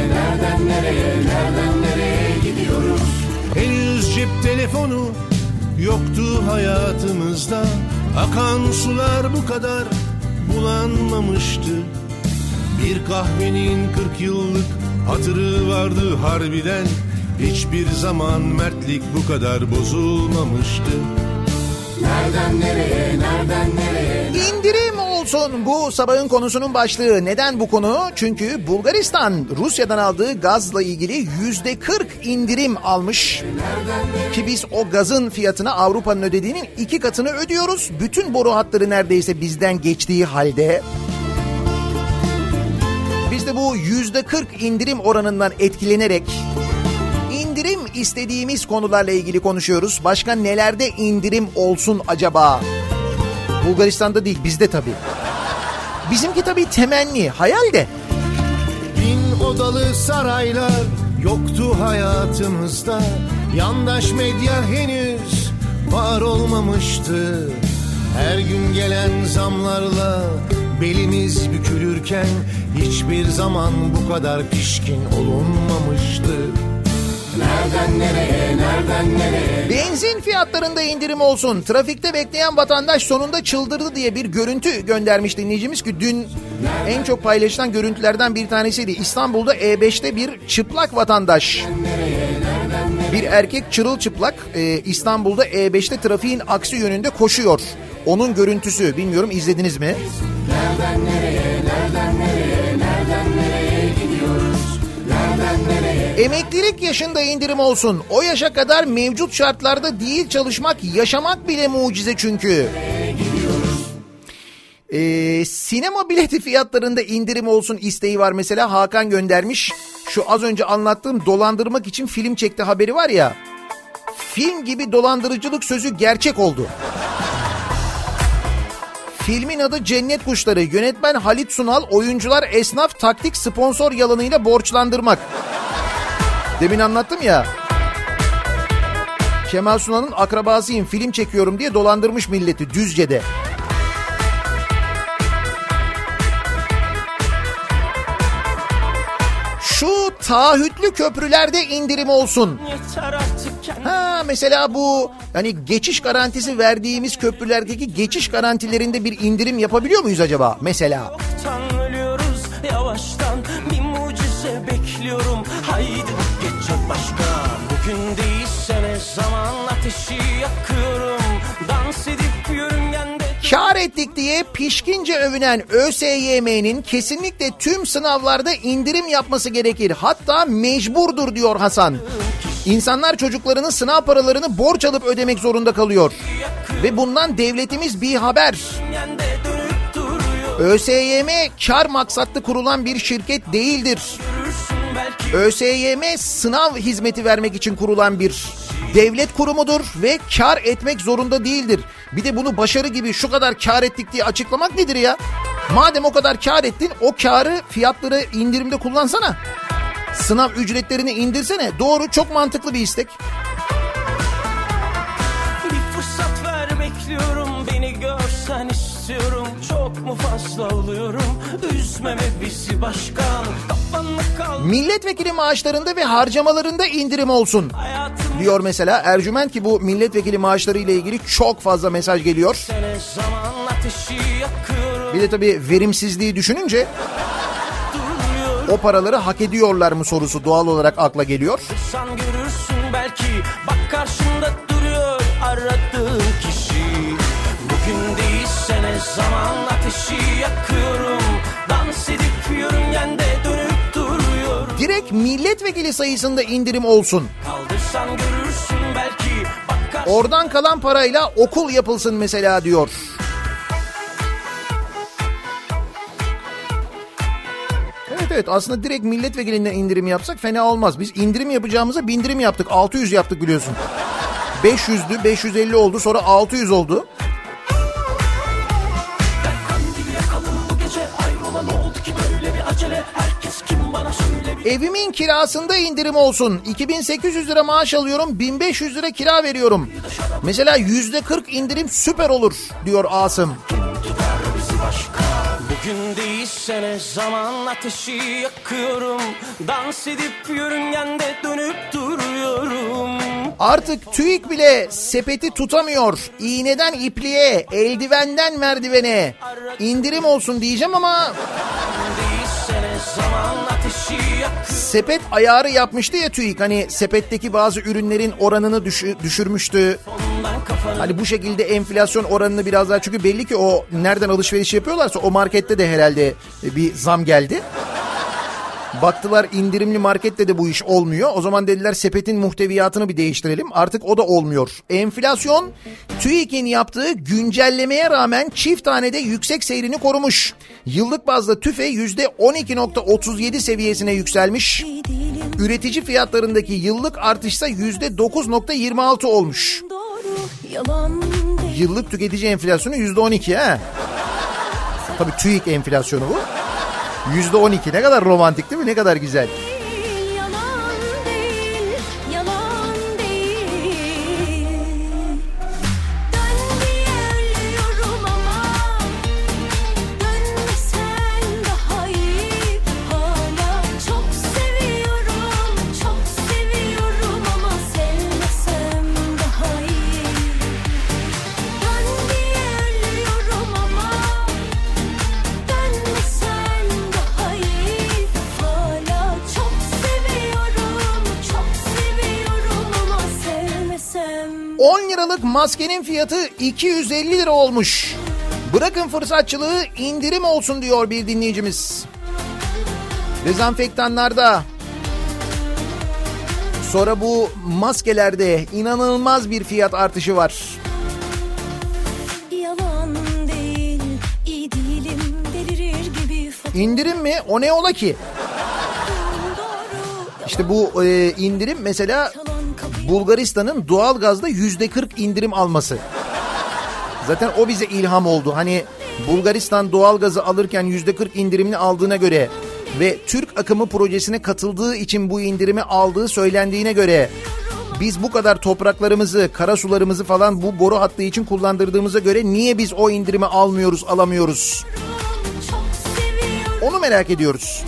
nereye gidiyoruz? Henüz cep telefonu yoktu hayatımızda. Akan sular bu kadar bulanmamıştı. Bir kahvenin 40 yıllık hatırı vardı harbiden. Hiçbir zaman mertlik bu kadar bozulmamıştı. Nereden nereye? İndirim olsun bu sabahın konusunun başlığı. Neden bu konu? Çünkü Bulgaristan Rusya'dan aldığı gazla ilgili %40 indirim almış. Ki biz o gazın fiyatına Avrupa'nın ödediğinin 2 katını ödüyoruz. Bütün boru hatları neredeyse bizden geçtiği halde. Biz de bu %40 indirim oranından etkilenerek indirim istediğimiz konularla ilgili konuşuyoruz. Başka nelerde indirim olsun acaba? Bulgaristan'da değil, bizde tabii. Bizimki tabii temenni, hayal de. 1000 odalı saraylar yoktu hayatımızda. Yandaş medya henüz var olmamıştı. Her gün gelen zamlarla belimiz bükülürken hiçbir zaman bu kadar pişkin olunmamıştı. Nereden nereye? Benzin fiyatlarında indirim olsun. Trafikte bekleyen vatandaş sonunda çıldırdı diye bir görüntü göndermiş dinleyicimiz ki dün en çok paylaşılan görüntülerden bir tanesiydi. İstanbul'da E5'te bir çıplak vatandaş. Bir erkek çırılçıplak İstanbul'da E5'te trafiğin aksi yönünde koşuyor. Onun görüntüsü, bilmiyorum izlediniz mi? Nereden nereye? Emeklilik yaşında indirim olsun. O yaşa kadar mevcut şartlarda değil çalışmak, yaşamak bile mucize çünkü. Sinema bileti fiyatlarında indirim olsun isteği var mesela. Hakan göndermiş. Şu az önce anlattığım dolandırmak için film çekti haberi var ya. Film gibi dolandırıcılık sözü gerçek oldu. Filmin adı Cennet Kuşları. Yönetmen Halit Sunal, oyuncular esnaf, taktik, sponsor yalanıyla borçlandırmak. Demin anlattım ya. Kemal Sunal'ın akrabasıyım, film çekiyorum diye dolandırmış milleti Düzce'de. Şu taahhütlü köprülerde indirim olsun. Ha mesela bu hani geçiş garantisi verdiğimiz köprülerdeki geçiş garantilerinde bir indirim yapabiliyor muyuz acaba mesela? Ölüyoruz yavaştan, bir mucize bekliyorum. Haydi geçecek başka. Bugün değilse ne zaman ateşi yakıyorum. Dans edip yörüngende. Kâr ettik diye pişkince övünen ÖSYM'nin kesinlikle tüm sınavlarda indirim yapması gerekir. Hatta mecburdur diyor Hasan. İnsanlar çocuklarının sınav paralarını borç alıp ödemek zorunda kalıyor. Ve bundan devletimiz bir haber. ÖSYM kar maksatlı kurulan bir şirket değildir. ÖSYM sınav hizmeti vermek için kurulan bir devlet kurumudur ve kar etmek zorunda değildir. Bir de bunu başarı gibi şu kadar kar ettik diye açıklamak nedir ya? Madem o kadar kar ettin, o karı fiyatları indirimde kullansana. Sınav ücretlerini indirsene. Doğru, çok mantıklı bir istek. Bir fırsat ver bekliyorum, beni görsen istiyorum. Çok mu fazla oluyorum, üzmeme bizi başkan. Milletvekili maaşlarında ve harcamalarında indirim olsun diyor mesela Ercüment, ki bu milletvekili maaşları ile ilgili çok fazla mesaj geliyor. Bir de tabii verimsizliği düşününce o paraları hak ediyorlar mı sorusu doğal olarak akla geliyor. Sen görürsün belki, bak karşında duruyor aradığın kişi. Bugün değilse ne zaman ateşi yakıyorum. Dans edip yörüngende dönüp duruyorum. Direkt milletvekili sayısında indirim olsun. Kaldırsan görürsün belki, bak oradan kalan parayla okul yapılsın mesela diyor. Evet aslında direkt milletvekilinden indirim yapsak fena olmaz. Biz indirim yapacağımıza bindirim yaptık. 600 yaptık biliyorsun. 500'dü, 550 oldu, sonra 600 oldu. Evimin kirasında indirim olsun. 2800 lira maaş alıyorum, 1500 lira kira veriyorum. Mesela %40 indirim süper olur diyor Asım. Bugün değilse ne zaman ateşi yakıyorum. Dans edip yörüngende dönüp duruyorum. Artık TÜİK bile sepeti tutamıyor. İğneden ipliğe, eldivenden merdivene indirim olsun diyeceğim ama sepet ayarı yapmıştı ya TÜİK. Hani sepetteki bazı ürünlerin oranını düşürmüştü. Hani bu şekilde enflasyon oranını biraz daha, çünkü belli ki o nereden alışveriş yapıyorlarsa o markette de herhalde bir zam geldi. Baktılar indirimli markette de bu iş olmuyor. O zaman dediler sepetin muhteviyatını bir değiştirelim. Artık o da olmuyor. Enflasyon TÜİK'in yaptığı güncellemeye rağmen çift tanede yüksek seyrini korumuş. Yıllık bazda TÜFE %12.37 seviyesine yükselmiş. Üretici fiyatlarındaki yıllık artışsa %9.26 olmuş. Yıllık tüketici enflasyonu %12 ha. Tabii TÜİK enflasyonu bu. %12 ne kadar romantik değil mi? Ne kadar güzel. Maskenin fiyatı 250 lira olmuş. Bırakın fırsatçılığı, indirim olsun diyor bir dinleyicimiz. Dezenfektanlarda Sonra bu maskelerde inanılmaz bir fiyat artışı var. Yalan değil, iyi değilim, delirir gibi. İndirim mi? O ne ola ki? İşte bu indirim mesela Bulgaristan'ın doğalgazda %40 indirim alması. Zaten o bize ilham oldu. Hani Bulgaristan doğalgazı alırken %40 indirimini aldığına göre ve Türk akımı projesine katıldığı için bu indirimi aldığı söylendiğine göre biz bu kadar topraklarımızı, karasularımızı falan bu boru hattı için kullandırdığımıza göre niye biz o indirimi almıyoruz, alamıyoruz? Onu merak ediyoruz.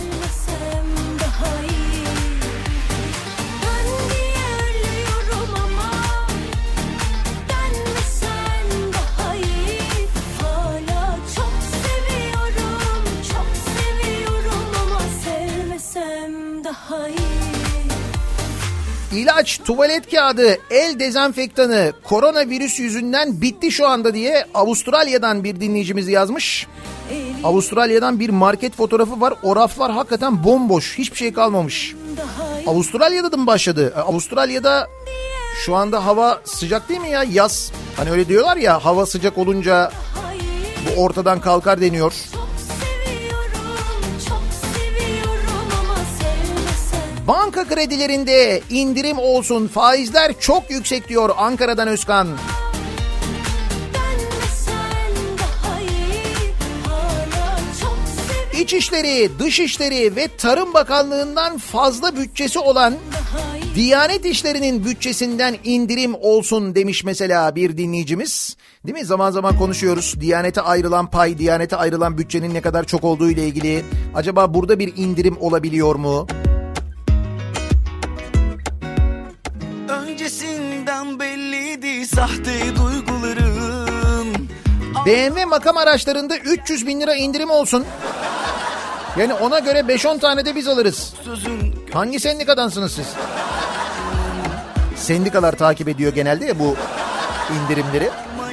İlaç, tuvalet kağıdı, el dezenfektanı koronavirüs yüzünden bitti şu anda diye Avustralya'dan bir dinleyicimiz yazmış. Avustralya'dan bir market fotoğrafı var. O raflar hakikaten bomboş. Hiçbir şey kalmamış. Avustralya'da da mı başladı? Avustralya'da şu anda hava sıcak değil mi ya? Yaz. Hani öyle diyorlar ya, hava sıcak olunca bu ortadan kalkar deniyor. Banka kredilerinde indirim olsun, faizler çok yüksek diyor Ankara'dan Özkan. İçişleri, Dışişleri ve Tarım Bakanlığı'ndan fazla bütçesi olan Diyanet İşleri'nin bütçesinden indirim olsun demiş mesela bir dinleyicimiz. Değil mi? Zaman zaman konuşuyoruz. Diyanete ayrılan pay, Diyanete ayrılan bütçenin ne kadar çok olduğu ile ilgili. Acaba burada bir indirim olabiliyor mu? Öncesinden belliydi sahte duygularım. BMW makam araçlarında 300 bin lira indirim olsun. Yani ona göre 5-10 tane de biz alırız. Hangi sendikadansınız siz? Sendikalar takip ediyor genelde ya bu indirimleri.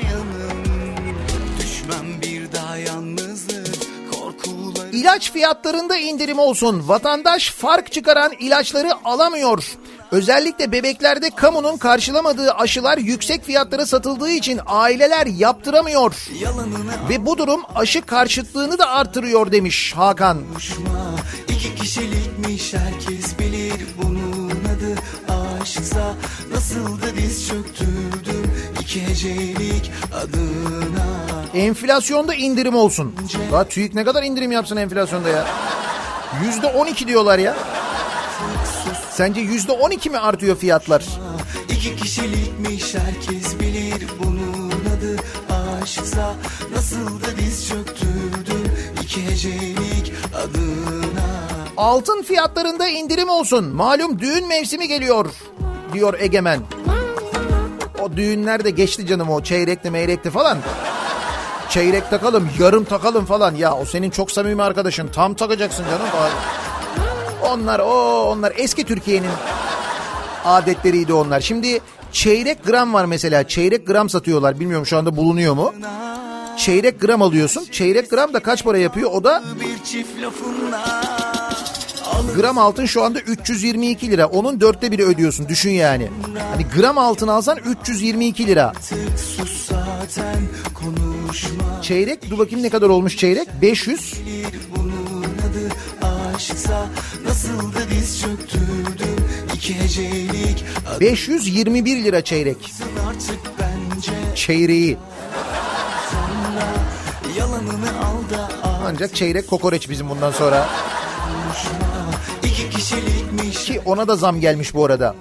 İlaç fiyatlarında indirim olsun. Vatandaş fark çıkaran ilaçları alamıyor. Özellikle bebeklerde kamunun karşılamadığı aşılar yüksek fiyatlara satıldığı için aileler yaptıramıyor. Ve bu durum aşı karşıtlığını da artırıyor demiş Hakan. İki kişilikmiş herkes bilir bunun adı aşksa. Nasıl da diz çöktürdüm iki hecelik adına. Enflasyonda indirim olsun. Daha TÜİK ne kadar indirim yapsın enflasyonda ya? %12 diyorlar ya. Sence %12 mi artıyor fiyatlar? İki kişilikmiş herkes bilir bunun adı aşksa. Nasıl da diz çöktürdüm iki hecelik adına. Altın fiyatlarında indirim olsun. Malum düğün mevsimi geliyor diyor Egemen. O düğünler de geçti canım, o çeyrekli meyrekli falan. Çeyrek takalım, yarım takalım falan. Ya o senin çok samimi arkadaşın, tam takacaksın canım. Onlar eski Türkiye'nin adetleriydi onlar. Şimdi çeyrek gram var mesela. Çeyrek gram satıyorlar. Bilmiyorum şu anda bulunuyor mu? Çeyrek gram alıyorsun. Çeyrek gram da kaç para yapıyor? O da gram altın şu anda 322 lira. Onun 1/4 ödüyorsun. Düşün yani. Hani gram altın alsan 322 lira. Çeyrek, dur bakayım ne kadar olmuş çeyrek? 500. Nasıl da diz çöktürdüm iki hecelik 521 lira çeyrek. Çeyreği. Ancak çeyrek kokoreç bizim bundan sonra. Ki ona da zam gelmiş bu arada.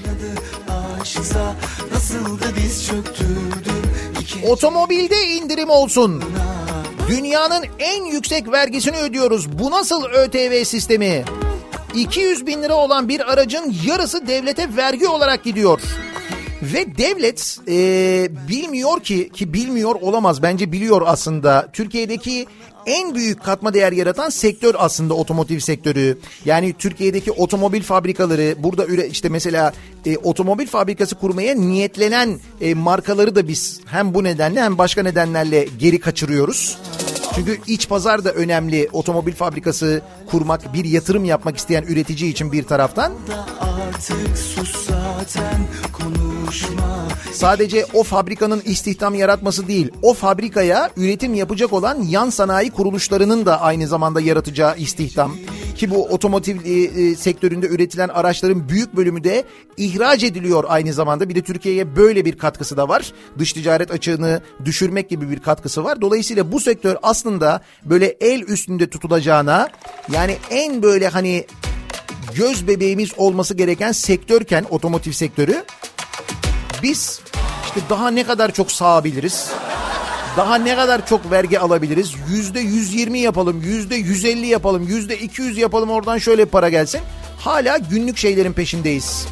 Otomobilde indirim olsun. Dünyanın en yüksek vergisini ödüyoruz. Bu nasıl ÖTV sistemi? 200 bin lira olan bir aracın yarısı devlete vergi olarak gidiyor. Ve devlet bilmiyor ki bilmiyor olamaz, bence biliyor aslında. Türkiye'deki en büyük katma değer yaratan sektör aslında otomotiv sektörü. Yani Türkiye'deki otomobil fabrikaları, burada işte mesela otomobil fabrikası kurmaya niyetlenen markaları da biz hem bu nedenle hem başka nedenlerle geri kaçırıyoruz. Çünkü iç pazar da önemli, otomobil fabrikası kurmak, bir yatırım yapmak isteyen üretici için bir taraftan. artık sus zaten konuşma. Sadece o fabrikanın istihdam yaratması değil, o fabrikaya üretim yapacak olan yan sanayi kuruluşlarının da aynı zamanda yaratacağı istihdam. Ki bu otomotiv sektöründe üretilen araçların büyük bölümü de ihraç ediliyor aynı zamanda. Bir de Türkiye'ye böyle bir katkısı da var. Dış ticaret açığını düşürmek gibi bir katkısı var. Dolayısıyla bu sektör aslında böyle el üstünde tutulacağına, yani en böyle hani göz bebeğimiz olması gereken sektörken otomotiv sektörü, biz işte daha ne kadar çok sağabiliriz, daha ne kadar çok vergi alabiliriz, %120 yapalım, %150 yapalım, %200 yapalım, oradan şöyle para gelsin. Hala günlük şeylerin peşindeyiz.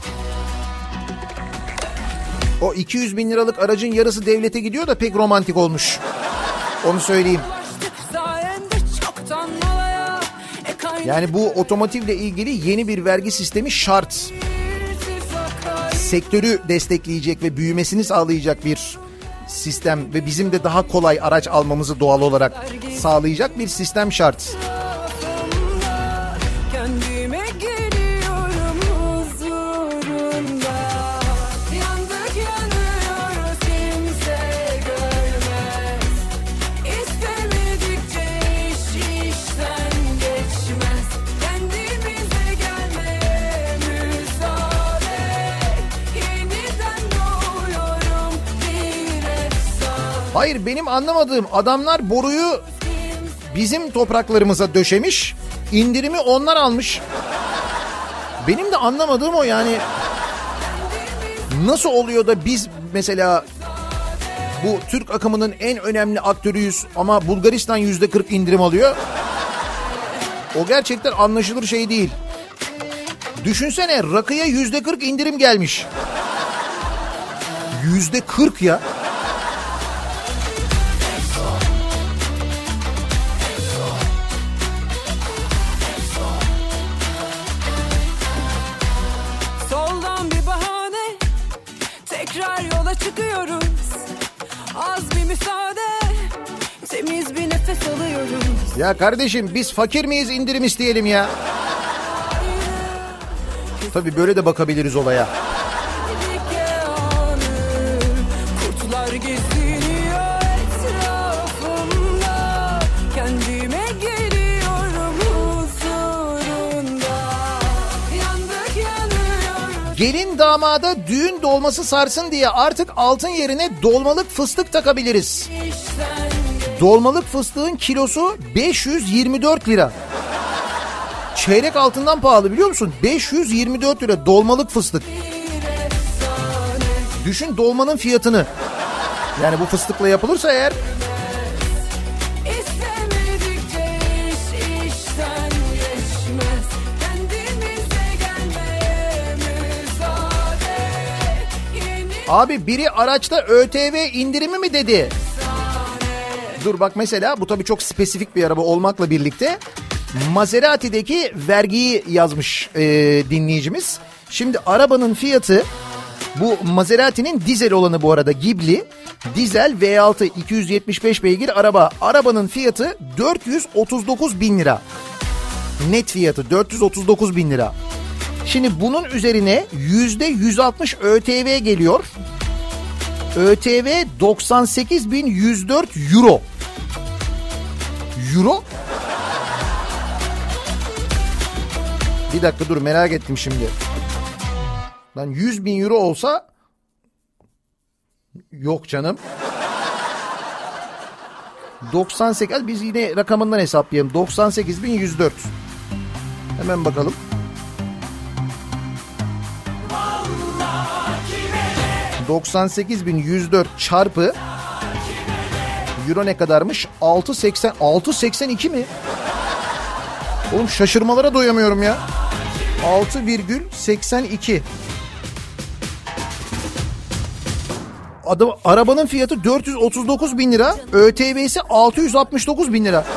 O 200 bin liralık aracın yarısı devlete gidiyor da pek romantik olmuş. Onu söyleyeyim. Yani bu otomotivle ilgili yeni bir vergi sistemi şart. Sektörü destekleyecek ve büyümesini sağlayacak bir sistem ve bizim de daha kolay araç almamızı doğal olarak sağlayacak bir sistem şart. Hayır, benim anlamadığım, adamlar boruyu bizim topraklarımıza döşemiş, indirimi onlar almış. Benim de anlamadığım o, yani nasıl oluyor da biz mesela bu Türk akımının en önemli aktörüyüz ama Bulgaristan %40 indirim alıyor? O gerçekten anlaşılır şey değil. Düşünsene, rakıya %40 indirim gelmiş. %40 ya. Çıkıyoruz, az bir müsaade, temiz bir nefes alıyoruz. Ya kardeşim, biz fakir miyiz, indirim isteyelim ya? Tabii böyle de bakabiliriz olaya. Kurtlar geziniyor etrafımda, kendime geliyorum huzurunda. Yandık yanıyoruz. Gelin damada düğün dolması sarsın diye artık altın yerine dolmalık fıstık takabiliriz. Dolmalık fıstığın kilosu 524 lira. Çeyrek altından pahalı, biliyor musun? 524 lira dolmalık fıstık. Düşün dolmanın fiyatını. Yani bu fıstıkla yapılırsa eğer. Abi biri araçta ÖTV indirimi mi dedi? Dur bak, mesela bu tabii çok spesifik bir araba olmakla birlikte Maserati'deki vergiyi yazmış dinleyicimiz. Şimdi arabanın fiyatı, bu Maserati'nin dizel olanı bu arada, Ghibli dizel V6 275 beygir araba. Arabanın fiyatı 439 bin lira. Net fiyatı 439 bin lira. Şimdi bunun üzerine %160 ÖTV geliyor. ÖTV 98.104 euro. Euro? Bir dakika dur, merak ettim şimdi. Lan 100 bin euro olsa... Yok canım. 98, biz yine rakamından hesaplayalım. 98.104. Hemen bakalım. 98.104 çarpı euro ne kadarmış? 6.82 mi? Oğlum şaşırmalara doyamıyorum ya. 6,82. Arabanın fiyatı 439 bin lira. ÖTV'si 669 bin lira.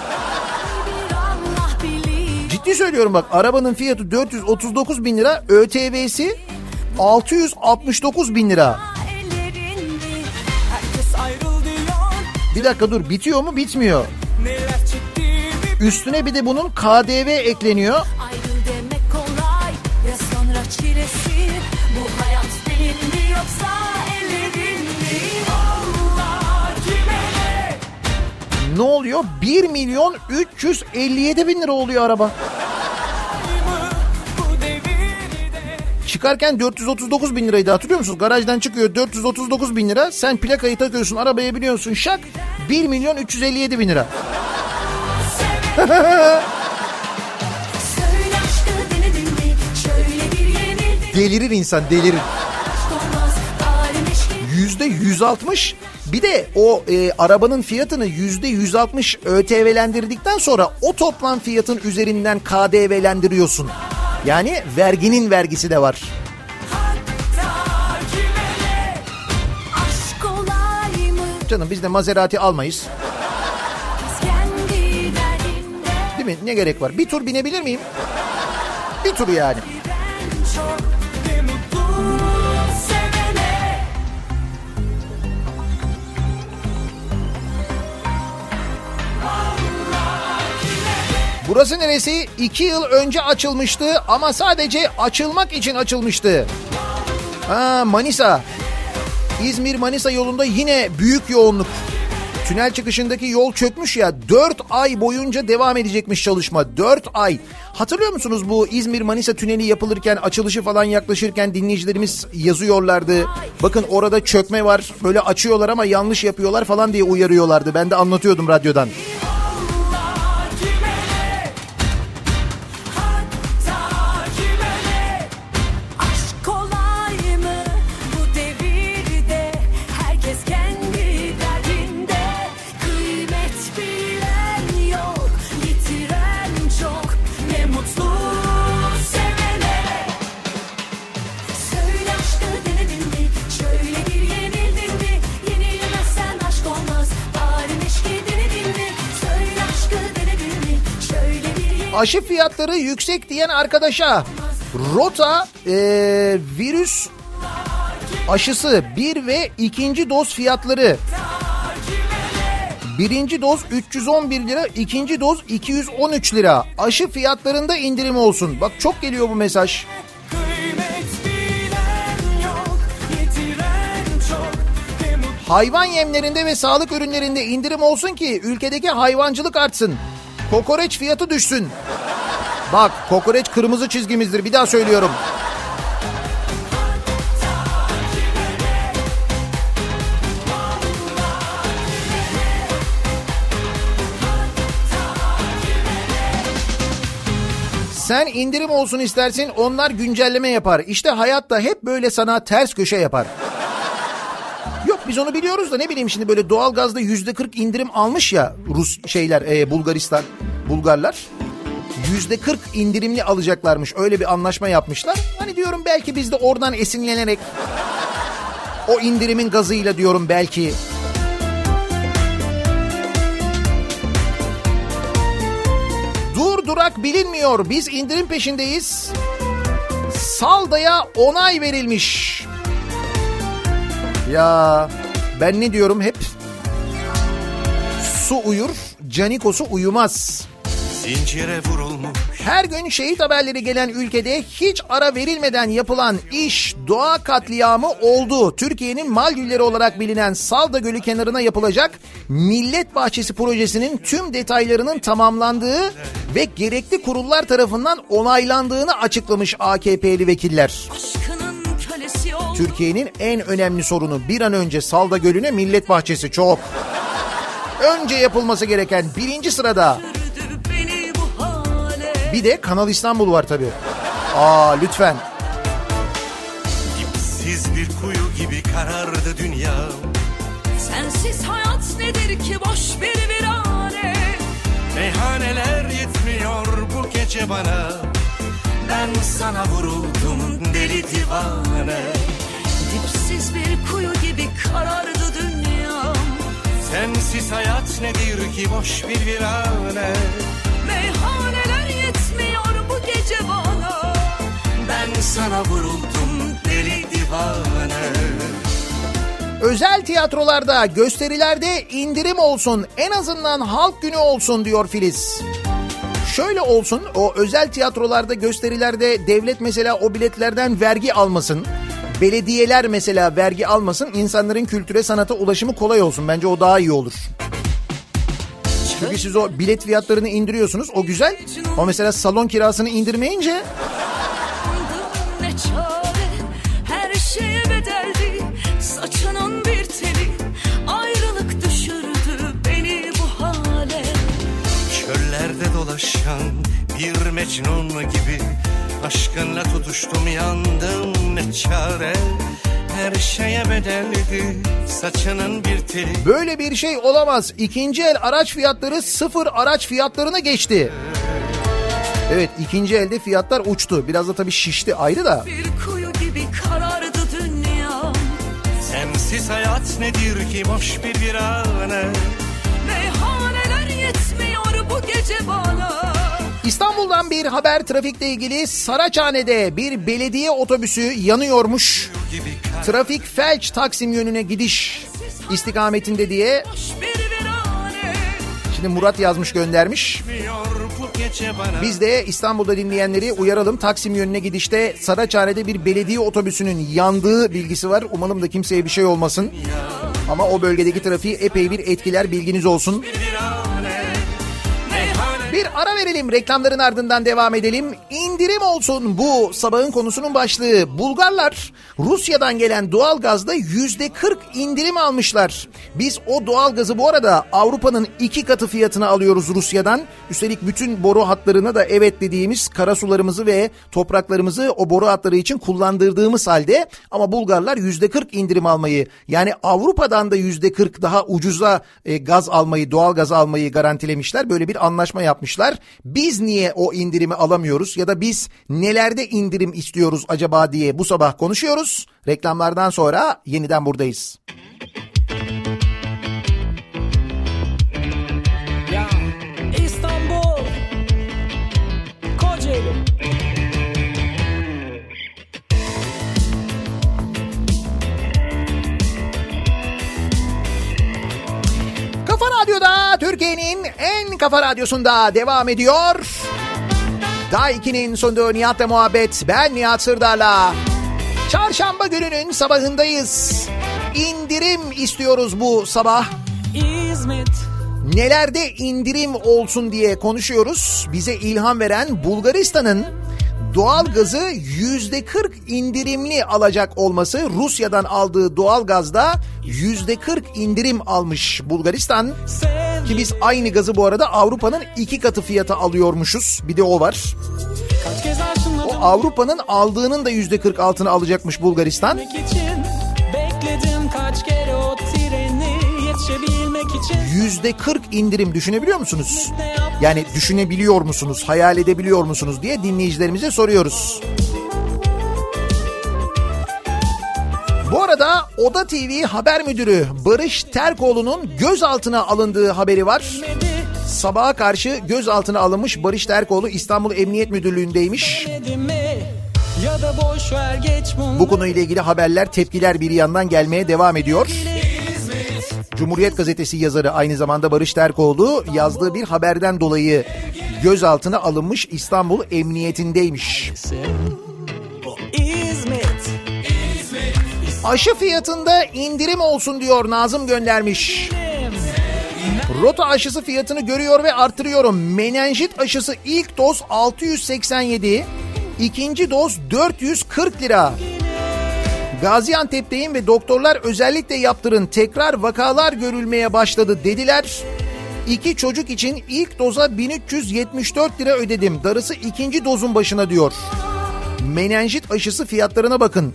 Ciddi söylüyorum bak, arabanın fiyatı 439 bin lira. ÖTV'si 669 bin lira. Bir dakika dur, bitiyor mu? Bitmiyor. Üstüne bir de bunun KDV ekleniyor. Ne oluyor? 1.357.000 lira oluyor araba. Çıkarken 439.000 liraydı, hatırlıyor musunuz? Garajdan çıkıyor 439.000 lira. Sen plakayı takıyorsun, arabaya biniyorsun, şak 1.357.000 lira. Delirir insan, delirir. %160. Bir de o arabanın fiyatını %160 ÖTV'lendirdikten sonra o toplam fiyatın üzerinden KDV'lendiriyorsun. Yani verginin vergisi de var. Canım biz de Maserati almayız. Değil mi? Ne gerek var? Bir tur binebilir miyim? Bir tur yani. Burası neresi? 2 yıl önce açılmıştı ama sadece açılmak için açılmıştı. Manisa. İzmir-Manisa yolunda yine büyük yoğunluk. Tünel çıkışındaki yol çökmüş ya, 4 ay boyunca devam edecekmiş çalışma. 4 ay. Hatırlıyor musunuz bu İzmir-Manisa tüneli yapılırken, açılışı falan yaklaşırken dinleyicilerimiz yazıyorlardı. Bakın orada çökme var, böyle açıyorlar ama yanlış yapıyorlar falan diye uyarıyorlardı. Ben de anlatıyordum radyodan. Aşı fiyatları yüksek diyen arkadaşa Rota virüs aşısı 1 ve 2. doz fiyatları. 1. doz 311 lira, 2. doz 213 lira. Aşı fiyatlarında indirim olsun. Bak çok geliyor bu mesaj. Hayvan yemlerinde ve sağlık ürünlerinde indirim olsun ki ülkedeki hayvancılık artsın. Kokoreç fiyatı düşsün. Bak, kokoreç kırmızı çizgimizdir, bir daha söylüyorum. Sen indirim olsun istersin, onlar güncelleme yapar. İşte hayat da hep böyle sana ters köşe yapar. Yok biz onu biliyoruz da ne bileyim şimdi böyle doğalgazda %40 indirim almış ya Bulgarlar. %40 indirimli alacaklarmış, öyle bir anlaşma yapmışlar. Hani diyorum belki biz de oradan esinlenerek o indirimin gazıyla diyorum belki. Durak bilinmiyor, biz indirim peşindeyiz. Salda'ya onay verilmiş. Ya ben ne diyorum hep? Su uyur, Canikos'u uyumaz. Zincire vurulmuş. Her gün şehit haberleri gelen ülkede hiç ara verilmeden yapılan iş doğa katliamı oldu. Türkiye'nin Maldivleri olarak bilinen Salda Gölü kenarına yapılacak Millet Bahçesi projesinin tüm detaylarının tamamlandığı ve gerekli kurullar tarafından onaylandığını açıklamış AKP'li vekiller. Türkiye'nin en önemli sorunu bir an önce Salda Gölü'ne Millet Bahçesi çok. Önce yapılması gereken birinci sırada. Bir de Kanal İstanbul var tabii. Lütfen. Dipsiz bir kuyu gibi karardı dünya. Sensiz hayat nedir ki, boş bir virane. Meyhaneler yetmiyor bu gece bana. Ben sana vuruldum deli divane. Dipsiz bir kuyu gibi karardı dünyam. Sensiz hayat nedir ki, boş bir virane. Meyhaneler yetmiyor bu gece bana. Ben sana vuruldum deli divane. Özel tiyatrolarda, gösterilerde indirim olsun, en azından halk günü olsun diyor Filiz. Şöyle olsun, o özel tiyatrolarda, gösterilerde devlet mesela o biletlerden vergi almasın. belediyeler mesela vergi almasın, insanların kültüre, sanata ulaşımı kolay olsun. Bence o daha iyi olur. Çünkü siz o bilet fiyatlarını indiriyorsunuz, o güzel. Ama mesela salon kirasını indirmeyince... Ne çare, her şeye bedeldi saçının bir teli, ayrılık düşürdü beni bu hale. Çöllerde dolaşan bir Mecnun gibi aşkınla tutuştum, yandım ne çare. Her şeye bedeldi saçının bir teli. Böyle bir şey olamaz. İkinci el araç fiyatları sıfır araç fiyatlarına geçti. Evet, ikinci elde fiyatlar uçtu. Biraz da tabii şişti, ayrı da. Bir kuyu gibi karardı dünya. Sensiz hayat nedir ki boş bir virane. Meyhaneler yetmiyor bu gece bana. İstanbul'dan bir haber trafikle ilgili. Saraçhane'de bir belediye otobüsü yanıyormuş. Trafik felç Taksim yönüne gidiş istikametinde diye. Şimdi Murat yazmış, göndermiş. Biz de İstanbul'da dinleyenleri uyaralım. Taksim yönüne gidişte Saraçhane'de bir belediye otobüsünün yandığı bilgisi var. Umalım da kimseye bir şey olmasın. Ama o bölgedeki trafiği epey bir etkiler, bilginiz olsun. Bir ara verelim, reklamların ardından devam edelim. İndirim olsun bu sabahın konusunun başlığı. Bulgarlar Rusya'dan gelen doğalgazda %40 indirim almışlar. Biz o doğalgazı bu arada Avrupa'nın 2 katı fiyatına alıyoruz Rusya'dan. Üstelik bütün boru hatlarına da evet dediğimiz, karasularımızı ve topraklarımızı o boru hatları için kullandırdığımız halde, ama Bulgarlar %40 indirim almayı, yani Avrupa'dan da %40 daha ucuza gaz almayı, doğalgaz almayı garantilemişler. Böyle bir anlaşma yapmışlar. Biz niye o indirimi alamıyoruz ya da biz nelerde indirim istiyoruz acaba diye bu sabah konuşuyoruz. Reklamlardan sonra yeniden buradayız. Ya İstanbul, Kocaeli. Kafa Radyo'da, Türkiye'nin en kafa radyosunda devam ediyor. Daha 2'nin sonunda Nihat'la muhabbet. Ben Nihat Sırdar'la. Çarşamba gününün sabahındayız. İndirim istiyoruz bu sabah. İzmit. Nelerde indirim olsun diye konuşuyoruz. Bize ilham veren Bulgaristan'ın doğalgazı %40 indirimli alacak olması. Rusya'dan aldığı doğalgazda %40 indirim almış Bulgaristan. Ki biz aynı gazı bu arada Avrupa'nın 2 katı fiyata alıyormuşuz. Bir de o var. O Avrupa'nın aldığının da %40 altına alacakmış Bulgaristan. Bekledim kaç kere o treni yetişebilmek için. %40 indirim, düşünebiliyor musunuz? Yani düşünebiliyor musunuz, hayal edebiliyor musunuz diye dinleyicilerimize soruyoruz. Bu arada Oda TV haber müdürü Barış Terkoğlu'nun gözaltına alındığı haberi var. Sabaha karşı gözaltına alınmış Barış Terkoğlu İstanbul Emniyet Müdürlüğü'ndeymiş. Bu konuyla ilgili haberler, tepkiler bir yandan gelmeye devam ediyor. Cumhuriyet Gazetesi yazarı aynı zamanda Barış Terkoğlu yazdığı bir haberden dolayı gözaltına alınmış, İstanbul Emniyetindeymiş. Aşı fiyatında indirim olsun diyor, Nazım göndermiş. Rota aşısı fiyatını görüyor ve artırıyorum. Menenjit aşısı ilk doz 687, ikinci doz 440 lira. Gaziantep'teyim ve doktorlar özellikle yaptırın, tekrar vakalar görülmeye başladı dediler. 2 çocuk için ilk doza 1374 lira ödedim. Darısı ikinci dozun başına diyor. Menenjit aşısı fiyatlarına bakın.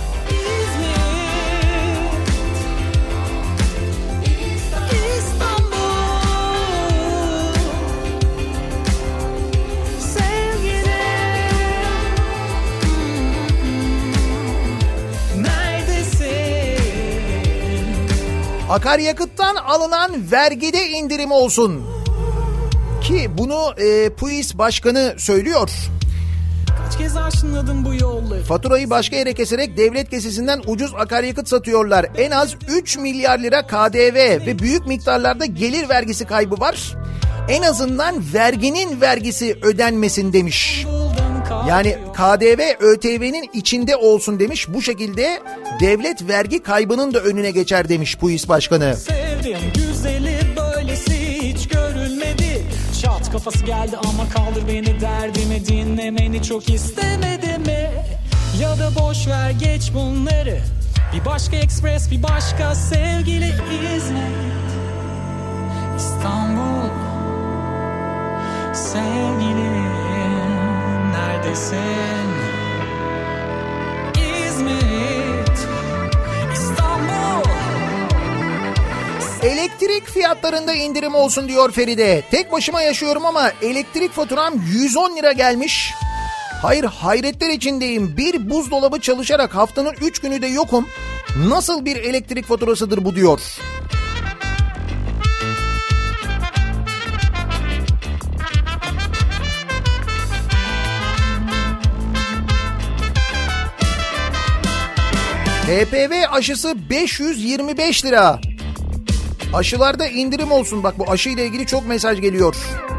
Akaryakıttan alınan vergide indirim olsun. Ki bunu PUİS Başkanı söylüyor. Kaç kez aşınladın bu yolları? Faturayı başka yere keserek devlet kesesinden ucuz akaryakıt satıyorlar. En az 3 milyar lira KDV ve büyük miktarlarda gelir vergisi kaybı var. En azından verginin vergisi ödenmesin demiş. Yani KDV ÖTV'nin içinde olsun demiş. Bu şekilde devlet vergi kaybının da önüne geçer demiş PUİS Başkanı. Sevdim güzeli böylesi hiç görülmedi. Çat kafası geldi ama kaldır beni derdimi dinlemeni çok istemedi mi? Ya da boş ver geç bunları. Bir başka ekspres bir başka sevgili İzmit İstanbul sevgilim neredesin? İzmit İstanbul. Elektrik fiyatlarında indirim olsun diyor Feride. Tek başıma yaşıyorum ama elektrik faturam 110 lira gelmiş. Hayır, hayretler içindeyim. Bir buzdolabı çalışarak haftanın 3 günü de yokum. Nasıl bir elektrik faturasıdır bu diyor. HPV aşısı 525 lira. Aşılarda indirim olsun. Bak bu aşıyla ilgili çok mesaj geliyor.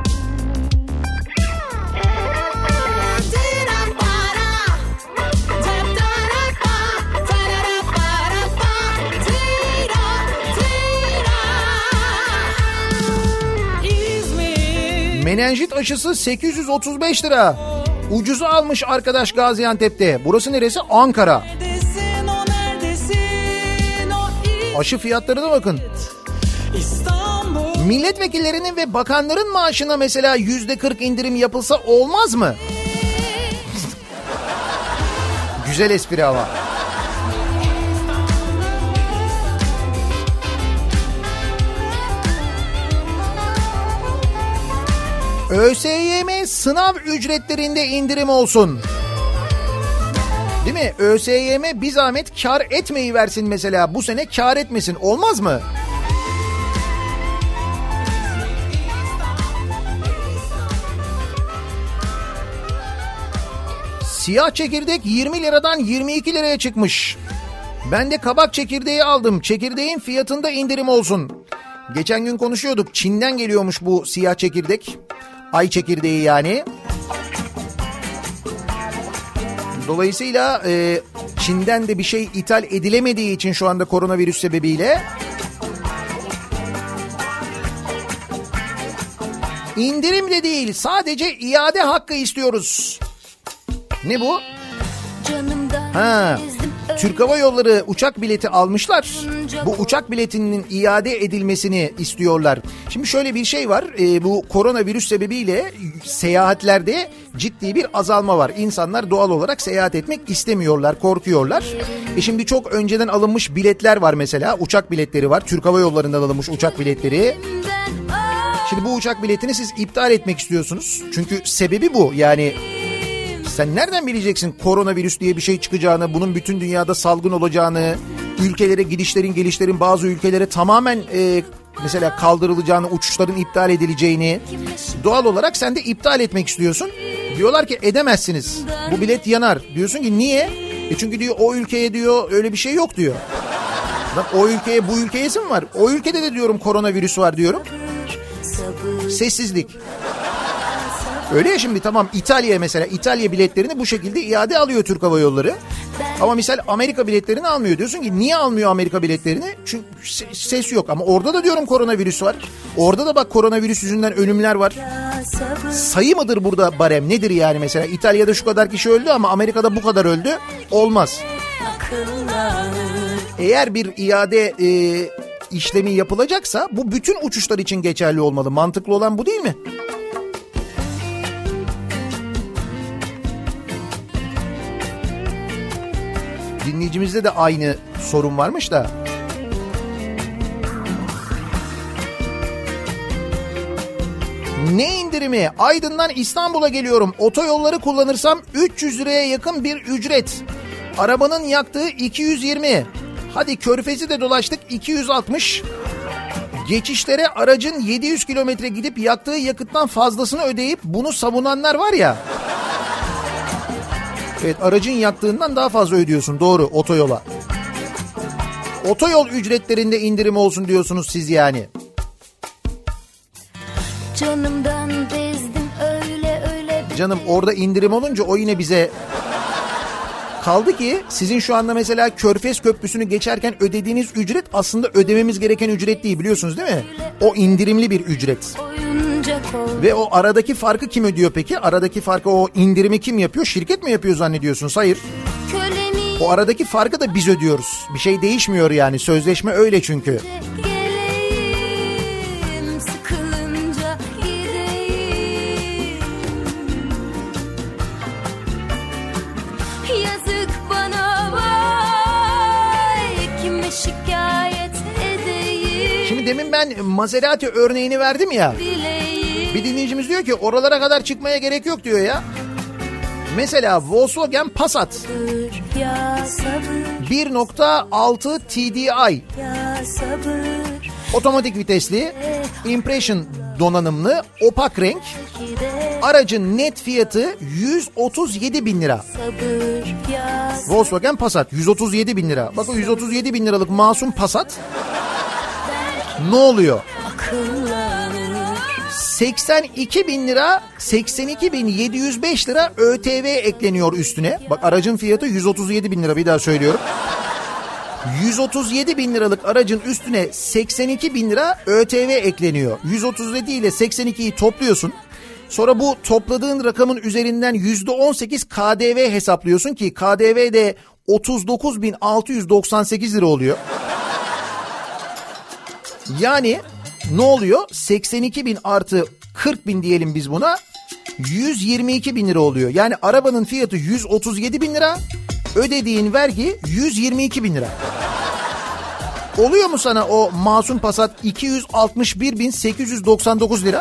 Menenjit aşısı 835 lira. Ucuzu almış arkadaş Gaziantep'te. Burası neresi? Ankara. Aşı fiyatlarına bakın. Milletvekillerinin ve bakanların maaşına mesela %40 indirim yapılsa olmaz mı? Güzel espri ama. ÖSYM sınav ücretlerinde indirim olsun. Değil mi? ÖSYM bir zahmet kar etmeyi versin mesela. Bu sene kar etmesin. Olmaz mı? Siyah çekirdek 20 liradan 22 liraya çıkmış. Ben de kabak çekirdeği aldım. Çekirdeğin fiyatında indirim olsun. Geçen gün konuşuyorduk. Çin'den geliyormuş bu siyah çekirdek. Ay çekirdeği yani. Dolayısıyla Çin'den de bir şey ithal edilemediği için şu anda koronavirüs sebebiyle indirim de değil, sadece iade hakkı istiyoruz. Ne bu? Ha, Türk Hava Yolları uçak bileti almışlar. Bu uçak biletinin iade edilmesini istiyorlar. Şimdi şöyle bir şey var. Bu koronavirüs sebebiyle seyahatlerde ciddi bir azalma var. İnsanlar doğal olarak seyahat etmek istemiyorlar, korkuyorlar. Şimdi çok önceden alınmış biletler var mesela. Uçak biletleri var. Türk Hava Yolları'ndan alınmış uçak biletleri. Şimdi bu uçak biletini siz iptal etmek istiyorsunuz. Çünkü sebebi bu. Yani sen nereden bileceksin koronavirüs diye bir şey çıkacağını, bunun bütün dünyada salgın olacağını, ülkelere gidişlerin gelişlerin bazı ülkelere tamamen mesela kaldırılacağını, uçuşların iptal edileceğini. Doğal olarak sen de iptal etmek istiyorsun. Diyorlar ki edemezsiniz. Bu bilet yanar. Diyorsun ki niye? Çünkü diyor o ülkeye diyor öyle bir şey yok diyor. Bak o ülkeye bu ülkeye mi var? O ülkede de diyorum koronavirüs var diyorum. Sessizlik. Öyle ya şimdi tamam İtalya'ya mesela İtalya biletlerini bu şekilde iade alıyor Türk Hava Yolları. Ama misal Amerika biletlerini almıyor. Diyorsun ki niye almıyor Amerika biletlerini? Çünkü ses yok ama orada da diyorum koronavirüs var. Orada da bak koronavirüs yüzünden ölümler var. Sayı mıdır burada barem nedir yani mesela İtalya'da şu kadar kişi öldü ama Amerika'da bu kadar öldü. Olmaz. Eğer bir iade işlemi yapılacaksa bu bütün uçuşlar için geçerli olmalı. Mantıklı olan bu değil mi? Dinleyicimizde de aynı sorun varmış da. Ne indirimi? Aydın'dan İstanbul'a geliyorum. Otoyolları kullanırsam 300 liraya yakın bir ücret. Arabanın yaktığı 220. Hadi Körfez'i de dolaştık 260. Geçişlere aracın 700 kilometre gidip yaktığı yakıttan fazlasını ödeyip bunu savunanlar var ya. Evet, aracın yaktığından daha fazla ödüyorsun, doğru, otoyola. Otoyol ücretlerinde indirim olsun diyorsunuz siz yani. Canımdan bezdim öyle öyle Canım orada indirim olunca o yine bize... Kaldı ki sizin şu anda mesela Körfez Köprüsü'nü geçerken ödediğiniz ücret aslında ödememiz gereken ücret değil, biliyorsunuz değil mi? O indirimli bir ücret. Ve o aradaki farkı kim ödüyor peki? Aradaki farkı, o indirimi kim yapıyor? Şirket mi yapıyor zannediyorsunuz? Hayır. O aradaki farkı da biz ödüyoruz. Bir şey değişmiyor yani, sözleşme öyle çünkü. Şimdi demin ben Maserati örneğini verdim ya. Bir dinleyicimiz diyor ki oralara kadar çıkmaya gerek yok diyor ya. Mesela Volkswagen Passat 1.6 TDI otomatik vitesli, impression donanımlı, opak renk. Aracın net fiyatı 137 bin lira. Volkswagen Passat 137 bin lira. Bakın 137 bin liralık masum Passat ne oluyor? 82 bin lira, 82 bin 705 lira ÖTV ekleniyor üstüne. Bak aracın fiyatı 137 bin lira, bir daha söylüyorum. 137 bin liralık aracın üstüne 82 bin lira ÖTV ekleniyor. 137 ile 82'yi topluyorsun. Sonra bu topladığın rakamın üzerinden %18 KDV hesaplıyorsun ki KDV de 39.698 lira oluyor. Yani ne oluyor? 82 bin artı 40 bin diyelim biz buna. 122 bin lira oluyor. Yani arabanın fiyatı 137 bin lira. Ödediğin vergi 122 bin lira. Oluyor mu sana o masum Passat 261.899 lira?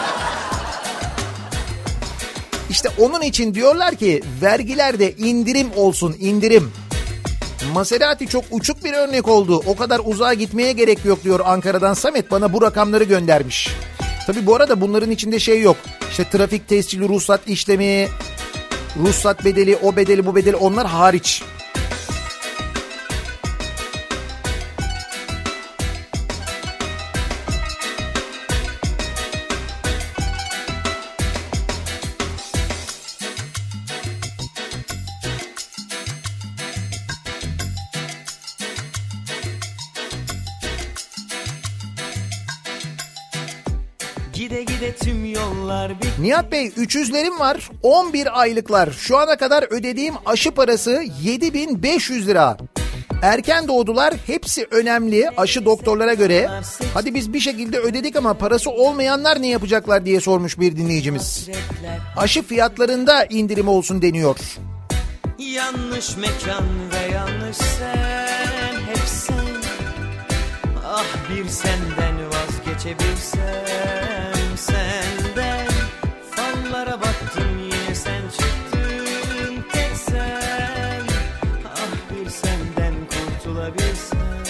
İşte onun için diyorlar ki vergilerde indirim olsun, indirim. Maserati çok uçuk bir örnek oldu. O kadar uzağa gitmeye gerek yok diyor Ankara'dan Samet, bana bu rakamları göndermiş. Tabii bu arada bunların içinde şey yok. İşte trafik tescilli, ruhsat işlemi, ruhsat bedeli, o bedeli, bu bedeli, onlar hariç. Nihat Bey 300'lerim var, 11 aylıklar. Şu ana kadar ödediğim aşı parası 7.500 lira. Erken doğdular, hepsi önemli aşı doktorlara göre. Hadi biz bir şekilde ödedik ama parası olmayanlar ne yapacaklar diye sormuş bir dinleyicimiz. Aşı fiyatlarında indirim olsun deniyor. Yanlış mekan ve yanlış sen, hep sen. Ah bir senden vazgeçebilsem senden. Fallara baktım yine sen çıktın tek sen. Ah bir senden kurtulabilsem.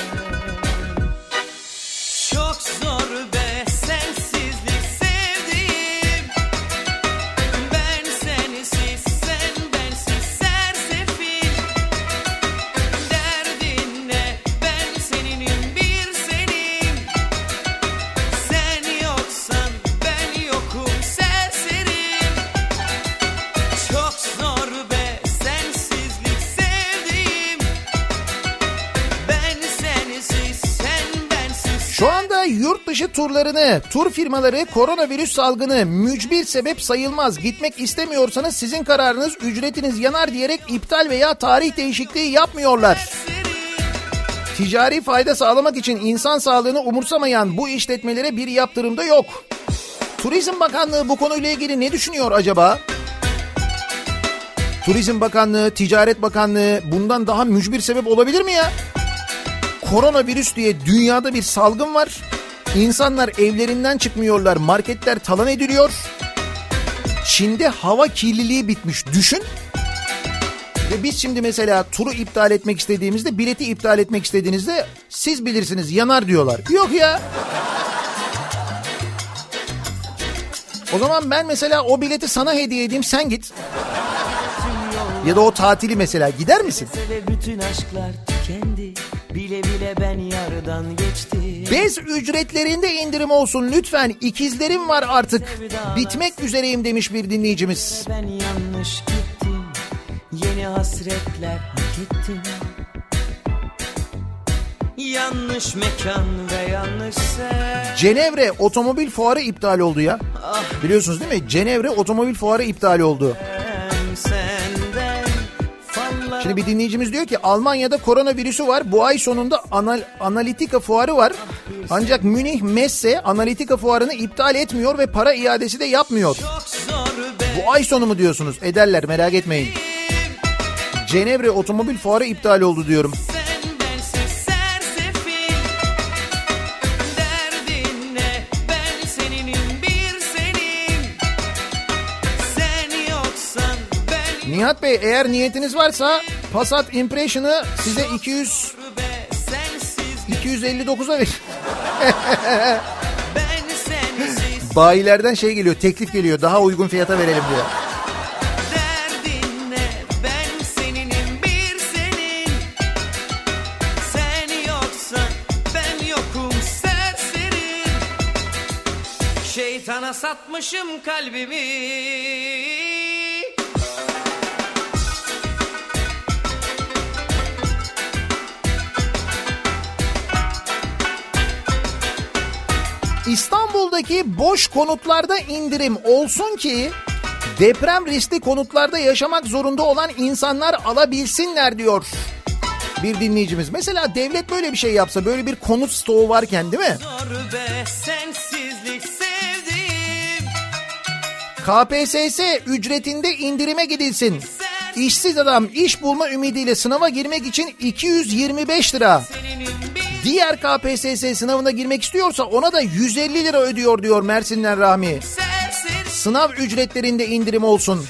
Çok zor be sensizlik sevdiğim. Ben sensiz sen bensiz sersefil. Derdin ne ben seninim bir senin. Sen yoksan ben yokum serserim. Çok zor be sensizlik sevdiğim. Ben sensiz sen bensiz. Şu anda yurt dışı turlarını, tur firmaları koronavirüs salgını mücbir sebep sayılmaz, gitmek istemiyorsanız sizin kararınız, ücretiniz yanar diyerek iptal veya tarih değişikliği yapmıyorlar. Ticari fayda sağlamak için insan sağlığını umursamayan bu işletmelere bir yaptırım da yok. Turizm Bakanlığı bu konuyla ilgili ne düşünüyor acaba? Turizm Bakanlığı, Ticaret Bakanlığı bundan daha mücbir sebep olabilir mi ya? Koronavirüs diye dünyada bir salgın var. İnsanlar evlerinden çıkmıyorlar, marketler talan ediliyor. Çin'de hava kirliliği bitmiş, düşün. Ve biz şimdi mesela turu iptal etmek istediğimizde, bileti iptal etmek istediğinizde siz bilirsiniz yanar diyorlar. Yok ya. O zaman ben mesela o bileti sana hediye edeyim, sen git. Ya da o tatili mesela gider misin? Bütün aşklar tükendi. Bile bile ben yarıdan geçtim. Bez ücretlerinde indirim olsun lütfen. İkizlerim var artık. Bitmek üzereyim demiş bir dinleyicimiz. Ben yanlış gittim. Yeni hasretler hak ettim. Yanlış mekan ve yanlış sen. Cenevre otomobil fuarı iptal oldu ya. Biliyorsunuz değil mi? Cenevre otomobil fuarı iptal oldu. Şimdi bir dinleyicimiz diyor ki Almanya'da koronavirüsü var. Bu ay sonunda Analitika fuarı var. Ancak Münih Messe Analitika fuarını iptal etmiyor ve para iadesi de yapmıyor. Bu ay sonu mu diyorsunuz? Ederler, merak etmeyin. Cenevre otomobil fuarı iptal oldu diyorum. Nihat Bey, eğer niyetiniz varsa Passat Impression'ı size 259'a ver. Bayilerden şey geliyor, teklif geliyor, daha uygun fiyata verelim diyor. Şeytana satmışım kalbimi. İstanbul'daki boş konutlarda indirim olsun ki deprem riskli konutlarda yaşamak zorunda olan insanlar alabilsinler diyor bir dinleyicimiz. Mesela devlet böyle bir şey yapsa, böyle bir konut stoğu varken, değil mi? KPSS ücretinde indirime gidilsin. İşsiz adam iş bulma ümidiyle sınava girmek için 225 lira. Diğer KPSS sınavına girmek istiyorsa ona da 150 lira ödüyor diyor Mersin'den Rahmi. Sınav ücretlerinde indirim olsun.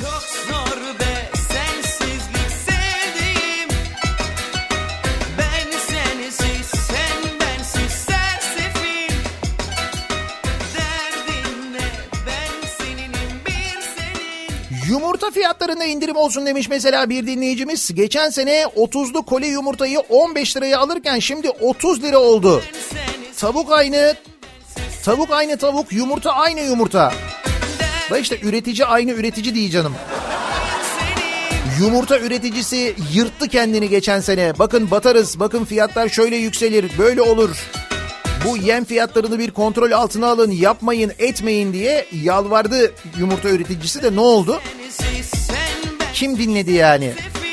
Yumurta fiyatlarında indirim olsun demiş mesela bir dinleyicimiz. Geçen sene 30'lu koli yumurtayı 15 liraya alırken şimdi 30 lira oldu. Tavuk aynı tavuk, yumurta aynı yumurta. Da işte üretici aynı üretici değil canım. Yumurta üreticisi yırttı kendini geçen sene. Bakın batarız, bakın fiyatlar şöyle yükselir, böyle olur. Bu yem fiyatlarını bir kontrol altına alın, yapmayın, etmeyin diye yalvardı yumurta üreticisi de ne oldu? Kim dinledi yani?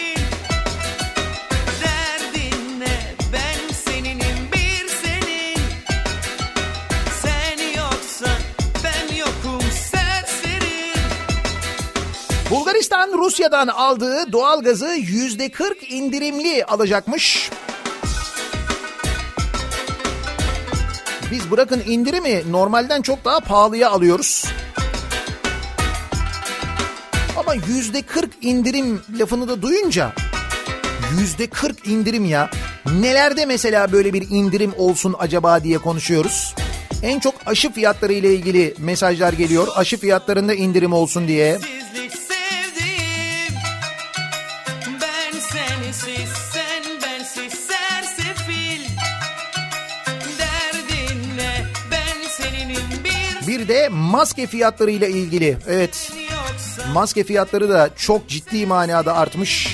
Bulgaristan Rusya'dan aldığı doğalgazı %40 indirimli alacakmış. Biz bırakın indirimi normalden çok daha pahalıya alıyoruz. Ama %40 indirim lafını da duyunca %40 indirim ya. Nelerde mesela böyle bir indirim olsun acaba diye konuşuyoruz. En çok aşı fiyatları ile ilgili mesajlar geliyor. Aşı fiyatlarında indirim olsun diye. Bir de maske fiyatları ile ilgili. Evet. Maske fiyatları da çok ciddi manada artmış.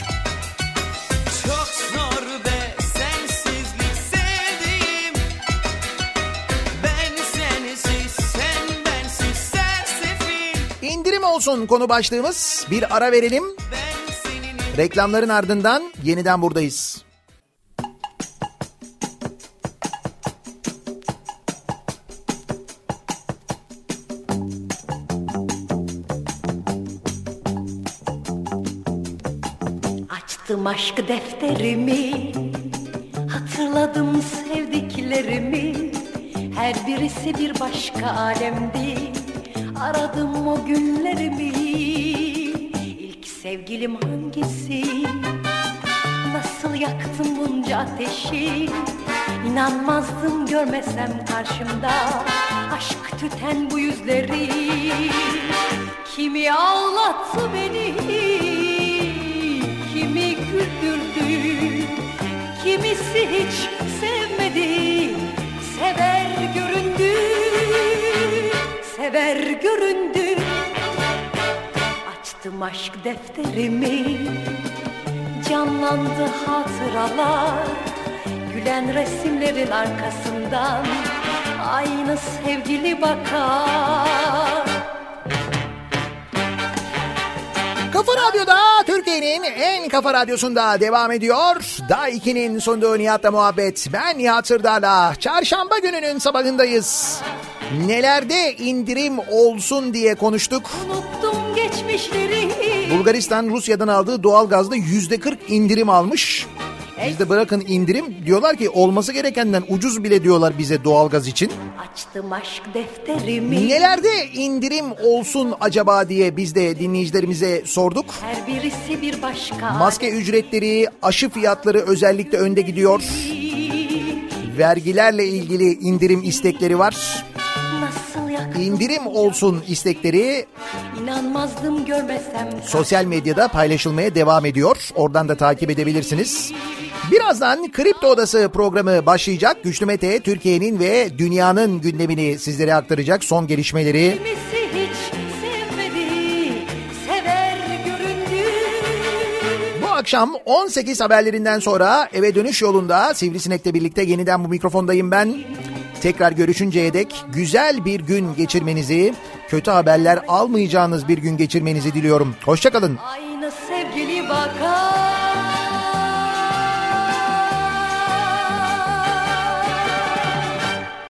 İndirim olsun konu başlığımız. Bir ara verelim. Reklamların ardından yeniden buradayız. Açtım aşk defterimi, hatırladım sevdiklerimi. Her birisi bir başka alemdi. Aradım o günlerimi. İlk sevgilim hangisi? Nasıl yaktım bunca ateşi? İnanmazdım görmesem karşımda aşk tüten bu yüzleri. Kimi ağlattı beni, kimi güldürdü, kimisi hiç sevmedi, sever göründü, sever göründü. Açtım aşk defterimi, canlandı hatıralar, gülen resimlerin arkasından aynı sevgili bakar. Kafa Radyo'da, Türkiye'nin en kafa radyosunda devam ediyor. Daha 2'nin sunduğu Nihat'la muhabbet. Ben Nihat Sırdar'la. Çarşamba gününün sabahındayız. Nelerde indirim olsun diye konuştuk. Unuttum geçmişleri. Bulgaristan Rusya'dan aldığı doğalgazda %40 indirim almış. Biz de bırakın indirim, diyorlar ki olması gerekenden ucuz bile diyorlar bize doğalgaz için. Açtım aşk defterimi. Nelerde indirim olsun acaba diye biz de dinleyicilerimize sorduk. Her birisi bir başka. Maske ücretleri, aşı fiyatları özellikle önde gidiyor. Vergilerle ilgili indirim istekleri var. İndirim olsun istekleri İnanmazdım görmesem. sosyal medyada paylaşılmaya devam ediyor. Oradan da takip edebilirsiniz. Birazdan Kripto Odası programı başlayacak. Güçlü Mete Türkiye'nin ve dünyanın gündemini sizlere aktaracak, son gelişmeleri. Hiç sevmedi, sever göründü. Bu akşam 18 haberlerinden sonra eve dönüş yolunda Sivrisinek'le birlikte yeniden bu mikrofondayım ben. Tekrar görüşünceye dek güzel bir gün geçirmenizi, kötü haberler almayacağınız bir gün geçirmenizi diliyorum. Hoşça kalın. Aynı sevgili bakar.